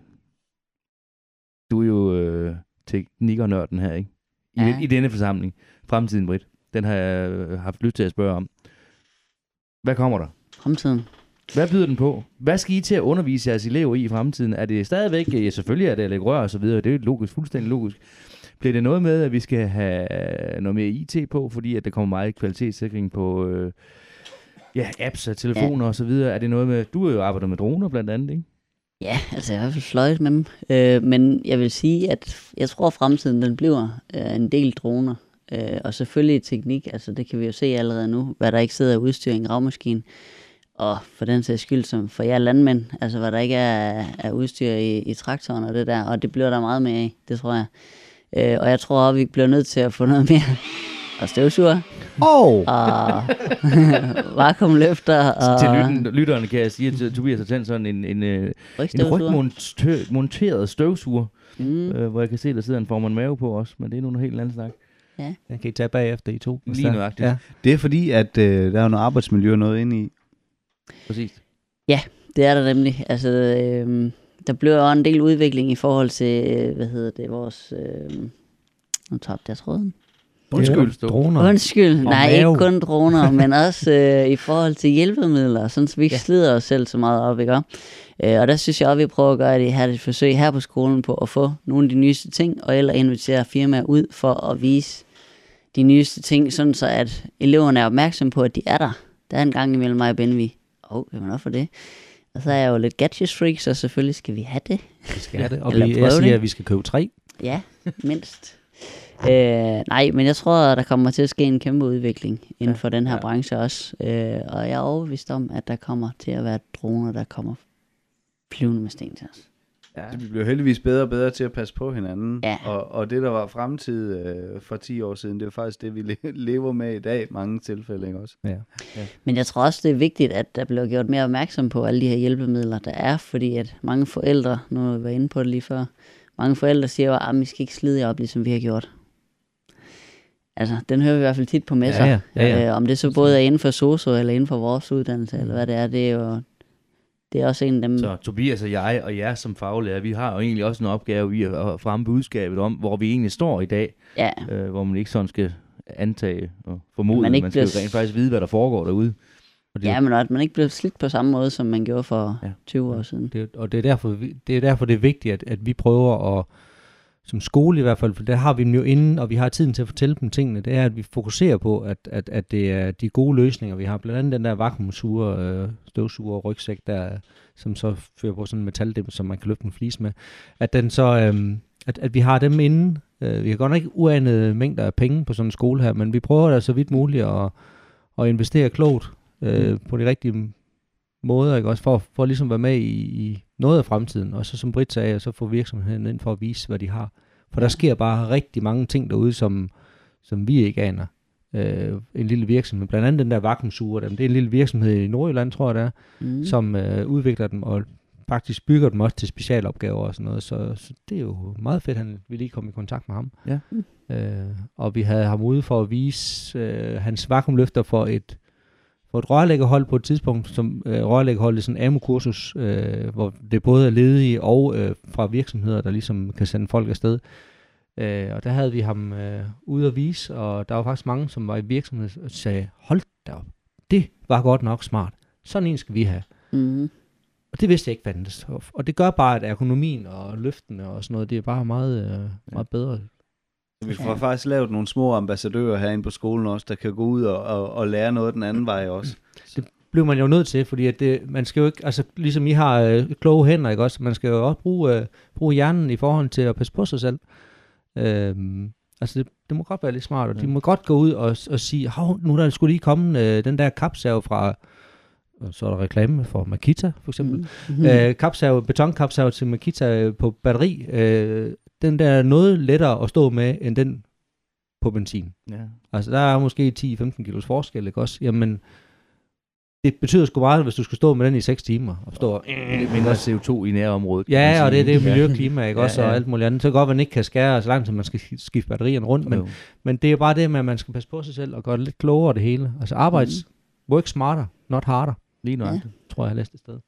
Du er jo øh, teknikernørden her, ikke? I, Ja. ja. I denne forsamling. Fremtiden, Britt. Den har jeg øh, haft lyst til at spørge om. Hvad kommer der? Fremtiden. Hvad byder den på? Hvad skal I til at undervise jeres elever i i fremtiden? Er det stadigvæk, ja selvfølgelig er det at lægge rør og så videre, det er jo logisk, fuldstændig logisk. Bliver det noget med, at vi skal have noget mere I T på, fordi at der kommer meget kvalitetssikring på øh, ja, apps og telefoner ja. og så videre? Er det noget med, du har jo arbejdet med droner blandt andet, ikke? Ja, altså jeg har i hvert fald fløjet med dem. Øh, men jeg vil sige, at jeg tror, at fremtiden den bliver øh, en del droner. Øh, og selvfølgelig teknik, altså det kan vi jo se allerede nu, hvad der ikke sidder af udstyr i en gravmaskine. Og for den sags skyld, som for jer landmænd, altså hvad der ikke er af udstyr i, i traktoren og det der. Og det bliver der meget mere af, det tror jeg. Øh, og jeg tror også, vi bliver nødt til at få noget mere og støvsuger. oh. Og vakuumløfter og Til lytten, lytterne kan jeg sige, at Tobias har tændt sådan en, en, øh, en rygstøvsuger. rygmonteret støvsuger, Mm. øh, hvor jeg kan se, der sidder en form af mave på også, men det er nu noget helt andet snak. Den kan I tage bagefter i to. Lige nøjagtigt. Ja. Det er fordi, at øh, der er noget arbejdsmiljø og noget inde i. Præcis. Det er der nemlig. Altså, øh, der bliver jo en del udvikling i forhold til, øh, hvad hedder det, vores... Øh, nu tabte jeg tråden. Undskyld. Ja, droner. Undskyld. Nej, mave. ikke kun droner, men også øh, i forhold til hjælpemidler, sådan så vi ikke Ja. slider os selv så meget op, ikke? Øh, og der synes jeg også, vi prøver at gøre det her et forsøg her på skolen på at få nogle af de nyeste ting, og eller invitere firmaer ud for at vise de nyeste ting, sådan så at eleverne er opmærksomme på, at de er der. Der er en gang imellem mig og Benvi. Åh, oh, jamen hvorfor det? Og så er jeg jo lidt gadgets freak, så selvfølgelig skal vi have det. Vi skal have det. Og Eller vi, prøve jeg siger, det. at vi skal købe tre. Ja, mindst. øh, nej, men jeg tror, der kommer til at ske en kæmpe udvikling inden Ja, for den her ja. branche også. Øh, og jeg er overbevist om, at der kommer til at være droner, der kommer flyvende med sten til os. Ja. Så vi bliver heldigvis bedre og bedre til at passe på hinanden. Ja. Og, og det, der var fremtid øh, for ti år siden, det er faktisk det, vi le- lever med i dag i mange tilfælde, ikke også? Ja. Men jeg tror også, det er vigtigt, at der bliver gjort mere opmærksom på alle de her hjælpemidler, der er, fordi at mange forældre, nu har vi været inde på det lige før, mange forældre siger jo, at vi skal ikke slide jer op, ligesom vi har gjort. Altså, den hører vi i hvert fald tit på messer. Ja, ja, ja, ja. Øh, om det så både er inden for sosu eller inden for vores uddannelse, eller hvad det er, det er jo det er også en af dem. Så Tobias og jeg og jer som faglærer, vi har jo egentlig også en opgave i at at fremme budskabet om, hvor vi egentlig står i dag, Ja, øh, hvor man ikke sådan skal antage og formode, Man man, ikke man skal jo bliver- rent faktisk vide, hvad der foregår derude. Og det, er ja, men at man ikke bliver slidt på samme måde, som man gjorde for Ja. tyve år siden. det, og det er derfor, vi, det er derfor, det er vigtigt, at, at vi prøver at, som skole i hvert fald, for der har vi dem jo inden, og vi har tiden til at fortælle dem tingene, det er, at vi fokuserer på, at, at, at det er de gode løsninger, vi har. Blandt andet den der vakuumsuger, øh, støvsuger og rygsæk, der, som så fører på sådan en metaldæmper, som man kan løfte en flis med. At, den så, øhm, at, at vi har dem inden. Øh, vi har godt nok ikke uanede mængder af penge på sådan en skole her, men vi prøver da så vidt muligt at, at investere klogt øh, mm. på de rigtige måder, ikke? Også for, for at ligesom være med i, i noget af fremtiden. Og så som Britt sagde, så får virksomheden ind for at vise, hvad de har. For der sker bare rigtig mange ting derude, som, som vi ikke aner. øh, en lille virksomhed. Blandt andet den der vakuumsuger, dem. Det er en lille virksomhed i Nordjylland, tror jeg det er, Mm. som øh, udvikler dem og faktisk bygger dem også til specialopgaver og sådan noget. Så, så det er jo meget fedt, at vi lige kom i kontakt med ham. Ja. Øh, og vi havde ham ude for at vise øh, hans vakuumløfter for et for et rørlæggerhold på et tidspunkt, som øh, rørlæggerhold er sådan en A M U-kursus, øh, hvor det både er ledige og øh, fra virksomheder, der ligesom kan sende folk afsted. Øh, og der havde vi ham øh, ude at vise, og der var faktisk mange, som var i virksomhed og sagde, hold da op, det var godt nok smart. Sådan en skal vi have. Mm. Og det vidste jeg ikke fandtes. Og, og det gør bare, at ergonomien og løftene og sådan noget, det er bare meget, øh, meget bedre. Vi får faktisk lavet nogle små ambassadører herinde på skolen også, der kan gå ud og, og, og lære noget den anden vej også. Det bliver man jo nødt til, fordi at det, man skal jo ikke, altså ligesom I har øh, kloge hænder, ikke også? Man skal jo også bruge, øh, bruge hjernen i forhold til at passe på sig selv. Øhm, altså det, det må godt være lidt smart, og ja. De må godt gå ud og, og sige, hov, nu der skulle lige komme øh, den der kapsav fra, og så er der reklame for Makita for eksempel. Mm. Øh, kapsav, betonkapsav til Makita på batteri, øh, den der er noget lettere at stå med, end den på benzin. Ja. Altså der er måske ti til femten kilos forskel, ikke også? Jamen, det betyder sgu meget, hvis du skal stå med den i seks timer. Og stå og, Det mindre C O to i nærområdet. ja, og det er det miljø og klima, ikke Ja, også? Og ja. alt muligt andet. Så godt, at man ikke kan skære så langt, som man skal skifte batterierne rundt. Men, Jo. men det er bare det med, at man skal passe på sig selv og gøre det lidt klogere det hele. Altså arbejds, mm. work smarter, not harder, Lige nok. Ja. tror jeg, jeg har læst et sted.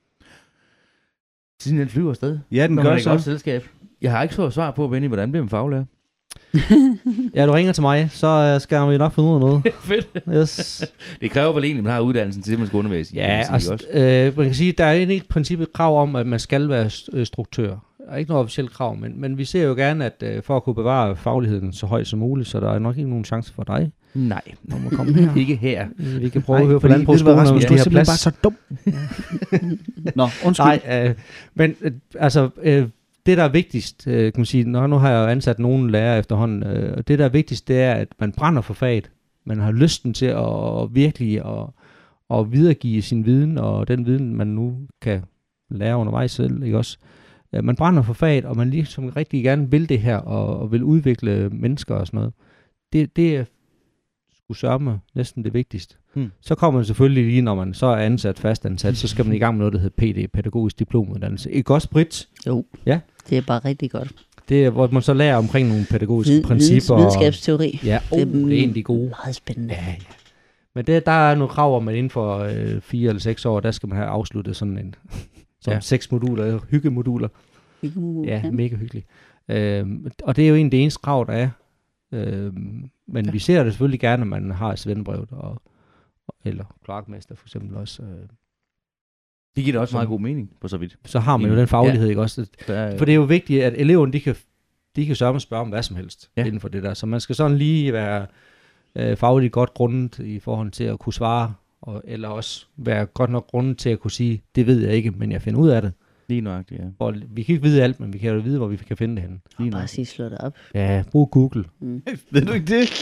Siden den flyver afsted. Ja, den Når gør man er i så. godt selskab. Jeg har ikke fået svar på, Benny, hvordan bliver man faglærer? Ja, du ringer til mig, så uh, skal vi nok finde ud af noget. Fedt. Yes. Det kræver vel egentlig, at man har uddannelsen til, at man skal undervise. Ja, kan man sige, altså, også. øh, man kan sige, der er egentlig i princippet et krav om, at man skal være st- struktør. Der er ikke noget officielt krav, men, men vi ser jo gerne, at øh, for at kunne bevare fagligheden så højt som muligt, så der er nok ikke nogen chance for dig. Nej, Om at komme her. ikke her. Vi kan prøve Nej, at høre på fordi- landbrugsskolen, ved du hvad, hvis Rasmus, de du er har plads. så dum. Nå, undskyld. Nej, øh, men øh, altså, øh, det der er vigtigst, øh, kan man sige, når nu har jeg jo ansat nogle lærere efterhånden, øh, og det der er vigtigst, det er, at man brænder for faget. Man har lysten til at virkelig at, at videregive sin viden, og den viden, man nu kan lære undervejs selv, ikke også? Øh, man brænder for faget, og man ligesom rigtig gerne vil det her, og, og vil udvikle mennesker og sådan noget. Det, det er sgu sørme næsten det vigtigste. Hmm. Så kommer man selvfølgelig lige, når man så er ansat, fastansat, så skal man i gang med noget, der hedder P D, pædagogisk diplomuddannelse. Ikke også, Britt? Jo, Ja. det er bare rigtig godt. Det er, hvor man så lærer omkring nogle pædagogiske Vid- principper. videns- Videnskabsteori. Ja, oh, Det det, er er, det er egentlig gode. Meget spændende. Ja, ja. Men det, der er nogle krav om, at inden for øh, fire eller seks år, der skal man have afsluttet sådan en sådan Ja. seks moduler, hyggemoduler. Uh, Ja, mega hyggeligt. Øhm, og det er jo egentlig det eneste krav, der er. Øhm, men ja. vi ser det selvfølgelig gerne, at man har svendebrevet, og, og, eller kloakmester for eksempel også. Øh, Det giver da også Så- meget god mening, på så vidt. så har man jo den faglighed, ikke også? Der er, For det er jo vigtigt, at eleverne, de kan, de kan sørge med at spørge om hvad som helst Ja. ja. inden for det der. Så man skal sådan lige være øh, fagligt godt grundet i forhold til at kunne svare, og, eller også være godt nok grundet til at kunne sige, det ved jeg ikke, men jeg finder ud af det. Lige nøjagtigt, ja. Og vi kan ikke vide alt, men vi kan jo vide, hvor vi kan finde det henne. Lige Bare nøjagtigt. sige, slå det op. Ja, brug Google. Mm. Ved du ikke det?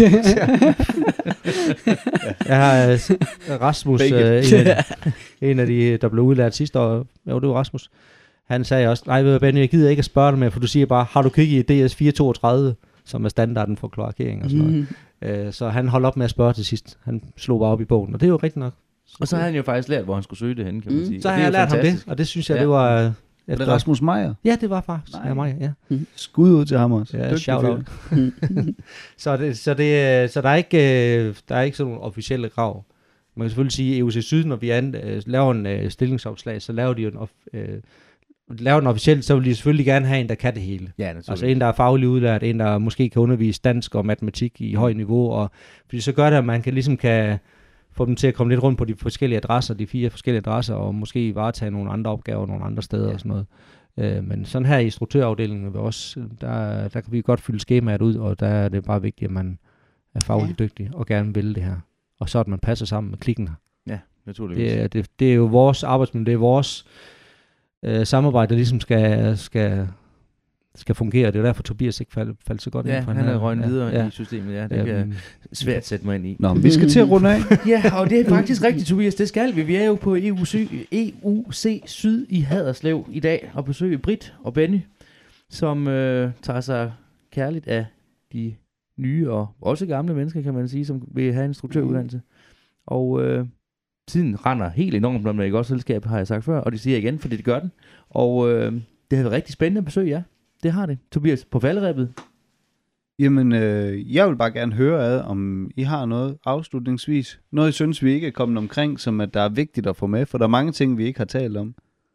Jeg har øh, Rasmus, øh, Begge. en, af, en af de, der blev udlært sidste år, jo, det var Rasmus. Han sagde også, nej, ved du, Benny, jeg gider ikke at spørge dig mere, for du siger bare, har du kigget i D S fire toogtredive, som er standarden for kloakering og sådan noget. Mm. Øh, så han holdt op med at spørge til sidst. Han slog bare op i bogen, og det er jo rigtigt nok. Og så har han jo faktisk lært, hvor han skulle søge det henne, kan man Mm. sige. Så Og har det er jeg jo lært ham fantastisk. det, og det synes jeg, Ja. det var... Øh, Er det efter- Rasmus Meier? Ja, det var faktisk Nej. ja, mig, ja. Skud ud til ham også. Ja, Dygtig shout fyr. out. Så, det, så, det, øh, så der er ikke, øh, der er ikke sådan nogle officielle krav. Man kan selvfølgelig sige, at E U C Syd, når vi an, øh, laver en øh, stillingsopslag, så laver de jo en, of, øh, laver den officielt, så vil de selvfølgelig gerne have en, der kan det hele. Ja, naturligvis. Altså en, der er faglig udlært, en, der måske kan undervise dansk og matematik i højt niveau, og fordi så gør det, at man kan ligesom kan få dem til at komme lidt rundt på de forskellige adresser, de fire forskellige adresser, og måske varetage nogle andre opgaver nogle andre steder Ja. og sådan noget. Øh, men sådan her i instruktørafdelingen ved os, der, der kan vi godt fylde skemaet ud, og der er det bare vigtigt, at man er fagligt ja. dygtig og gerne vil det her. Og så at man passer sammen med klikken. Ja, naturligvis. Det, er- det, det er jo vores arbejdsmiljø, det er vores øh, samarbejde, der ligesom skal, skal, skal fungere. Det er jo derfor, Tobias ikke faldt, faldt så godt Ja, ind for han er her. røgnet Ja, videre ja. i systemet. Ja, det kan jeg Øhm, svært sætte mig ind i. Nå, men vi skal til at runde af. Ja, og det er faktisk rigtigt, Tobias. Det skal vi. Vi er jo på E U C, E U C Syd i Haderslev i dag og besøger Britt og Benny, som øh, tager sig kærligt af de nye og også gamle mennesker, kan man sige, som vil have en instruktøruddannelse. Og øh, tiden render helt enormt, når man er i godt selskab, har jeg sagt før, og det siger jeg igen, fordi det gør den. Og øh, det har været rigtig spændende besøg, ja. Det har det. Tobias, på falderæbet. Jamen, øh, jeg vil bare gerne høre ad, om I har noget afslutningsvis. Noget, I synes, vi ikke er kommet omkring, som at der er vigtigt at få med, for der er mange ting, vi ikke har talt om.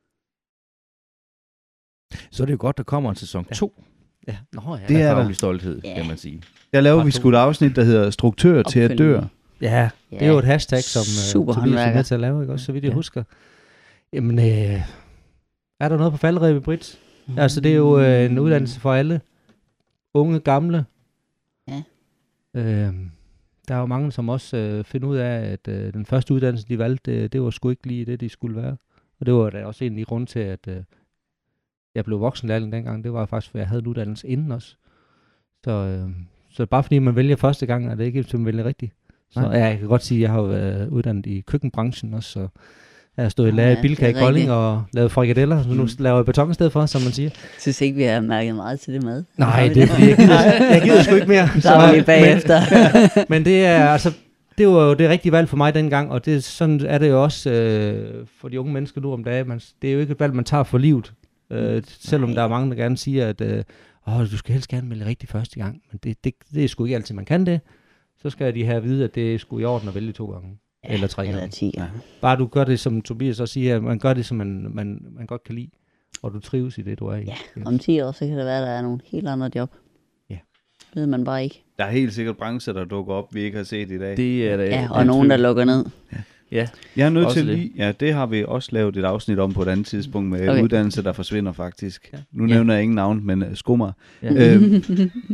Så er det jo godt, der kommer en sæson to. Ja. Nå, ja. Det er faglig der. stolthed, Ja. kan man sige. Der laver Part vi to. sgu et afsnit, der hedder Struktør til at dør. Ja, det er jo et hashtag, som uh, Tobias er Superhåndværker. med til at lave, ikke også, så vidt jeg Ja. husker. Jamen, øh, er der noget på falderæbet, Britt? Mm. Altså, det er jo øh, en uddannelse for alle. Unge, gamle. Ja. Øh, der er jo mange, som også øh, finder ud af, at øh, den første uddannelse, de valgte, det, det var sgu ikke lige det, de skulle være. Og det var da også en i grund til, at øh, jeg blev voksenlærling dengang. Det var faktisk, for jeg havde en uddannelse inden også. Så, øh, så bare fordi man vælger første gang, er det ikke, at man vælger rigtigt. Så Nej. ja, jeg kan godt sige, at jeg har jo været uddannet i køkkenbranchen også, så jeg har stået i Ja, lærer i det Bilka er i Kolding rigtigt. og lavet frikadeller, så nu Mm. laver jeg beton i stedet for, som man siger. Jeg synes ikke, vi har mærket meget til det mad. Nej, Har vi det er fordi, jeg gider, jeg gider sgu ikke mere. Så er vi bagefter. Men, men det er altså, det var jo det rigtige valg for mig dengang, og det, sådan er det jo også øh, for de unge mennesker nu om dagen. Man, det er jo ikke et valg, man tager for livet, øh, selvom Nej. der er mange, der gerne siger, at øh, åh, du skal helst gerne vælge rigtig første gang, men det, det, det er sgu ikke altid, man kan det. Så skal de have at vide, at det er sgu i orden at vælge to gange. Ja, eller tre eller gange. ti gange. Bare du gør det, som Tobias også siger, at man gør det, som man, man, man godt kan lide, og du trives i det, du er i. Ja, om ti år, så kan det være, at der er nogle helt andre job. Ja. Det ved man bare ikke. Der er helt sikkert brancher, der dukker op, vi ikke har set i dag. Det er da Ja, det og er nogen, der tvivl. lukker ned. Ja, Jeg er nødt Også til det. lige, ja, det har vi også lavet et afsnit om på et andet tidspunkt med Okay. okay. uddannelse, der forsvinder faktisk. Ja. Nu Ja. nævner jeg ingen navn, men uh, skummer. ja. Øhm,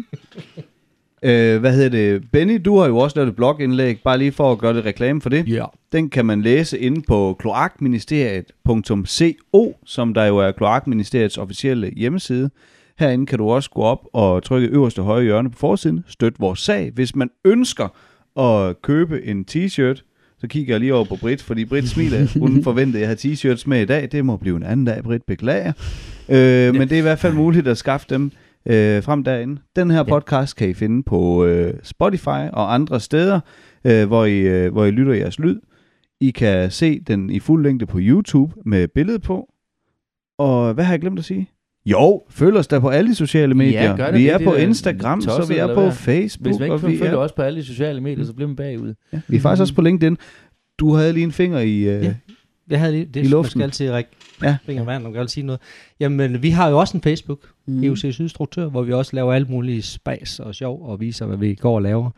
øh, hvad hedder det? Benny, du har jo også lavet et blogindlæg, bare lige for at gøre det reklame for det. Ja. Den kan man læse inde på kloakministeriet punktum co, som der jo er Kloakministeriets officielle hjemmeside. Herinde kan du også gå op og trykke øverste højre hjørne på forsiden, støt vores sag. Hvis man ønsker at købe en t-shirt, så kigger jeg lige over på Britt, fordi Britt smiler. Hun forventede, at jeg har t-shirts med i dag. Det må blive en anden dag, Britt, beklager. Øh, men det er i hvert fald muligt at skaffe dem øh, frem derinde. Den her podcast kan I finde på øh, Spotify og andre steder, øh, hvor, I, øh, hvor I lytter jeres lyd. I kan se den i fuld længde på YouTube med billede på. Og hvad har jeg glemt at sige? Jo, følg os der på alle de sociale medier. Ja, gør det. Vi Det er er på det, Instagram, så tosset vi er eller på hvad? Facebook. Hvis man og ikke vi følger er, os på alle de sociale medier, så bliver man bagud. ja, vi er faktisk også på LinkedIn. Du havde lige en finger i... Øh, Ja. Jeg havde lige, det I man luften. skal altid række Ja. fingeren vand, man kan altid sige noget. Jamen, vi har jo også en Facebook, Mm. E U C Sydstruktør, hvor vi også laver alt muligt spas og sjov og viser, hvad vi går og laver.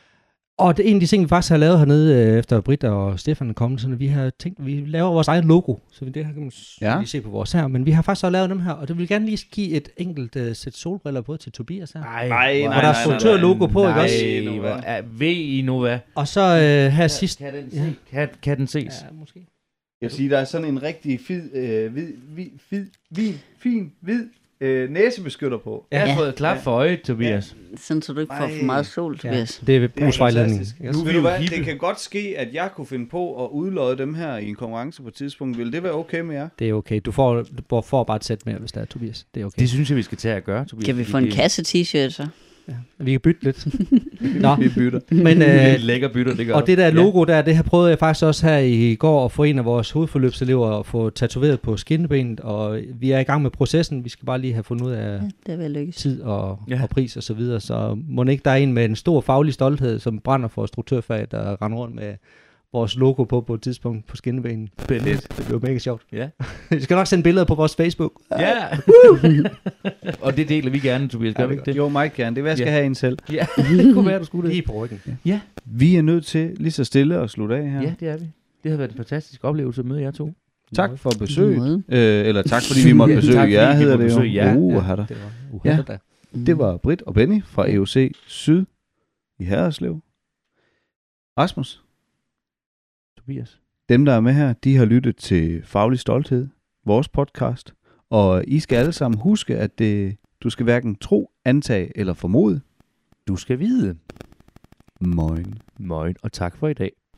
Og det er en af de ting, vi faktisk har lavet hernede, øh, efter Britt og Stefan er kommet, sådan at vi har tænkt, vi laver vores egen logo, så det her kan man Ja. ja. lige se på vores her, men vi har faktisk også lavet dem her, og det vil gerne lige give et enkelt uh, sæt solbriller på til Tobias her. Nej, Nej, Hvor der er struktørlogo på, ikke også? Nej, hvad, er, ved I nu hvad? Og så øh, her sidst... Kan den, Ja. se? kan, kan den ses? Ja, måske. Jeg vil sige, der er sådan en rigtig fid, øh, hvid, hvid, fid, hvid, fin, hvid øh, næsebeskytter på. Jeg har Ja. fået klap for øjet, Tobias. Sådan, så du ikke får Ej. for meget sol, Ja, Tobias. det er brugsvejledning. fantastisk. Ikke også? Nu er ved vi du jo hvad, hippe. det kan godt ske, at jeg kunne finde på at udlodde dem her i en konkurrence på et tidspunkt. Vil det være okay med jer? Det er okay. Du får, du får bare et sæt mere, hvis der er Tobias. Det er okay. Det synes jeg, vi skal tage at gøre, Tobias. Kan vi fordi få en det- kasse t-shirt så? Ja. Vi kan bytte lidt. Nå, Vi bytter. men Det er øh, et lækker bytter, det gør og det der logo der, det her prøvede jeg faktisk også her i går at få en af vores hovedforløbselever at få tatoveret på skinnebenet, og vi er i gang med processen. Vi skal bare lige have fundet ud af Ja, det vil lykkes. tid og, Ja. ja. og pris og så videre. Så må ikke der er en med en stor faglig stolthed, som brænder for struktørfaget, der render rundt med vores logo på på et tidspunkt på skinnebenet. Spændende. Det bliver mega sjovt. Ja. Vi skal nok sende billeder på vores Facebook. Ja. Og det deler vi gerne, Tobias. Gør vi ikke det? Jo, meget gerne. Det er, hvad jeg skal Ja. have en selv. Ja, det kunne være, du skulle det. Lige på ryggen. Ja, Vi er nødt til lige så stille at slutte af her. ja, det er vi. Det har været en fantastisk oplevelse at møde jer to. Tak for besøget. Måde. Øh, eller tak, fordi vi måtte Ja, besøge tak, fordi jer, vi hedder måtte det jo. besøge jer. Uh, Ja, har der. det var Ja. uheldigt da. Det var Britt og Benny fra E U C Syd i Haderslev. Rasmus, Tobias. dem der er med her, de har lyttet til Faglig Stolthed, vores podcast. Og I skal alle sammen huske, at det, du skal hverken tro, antage eller formode. Du skal vide. Moin. Moin, og tak for i dag.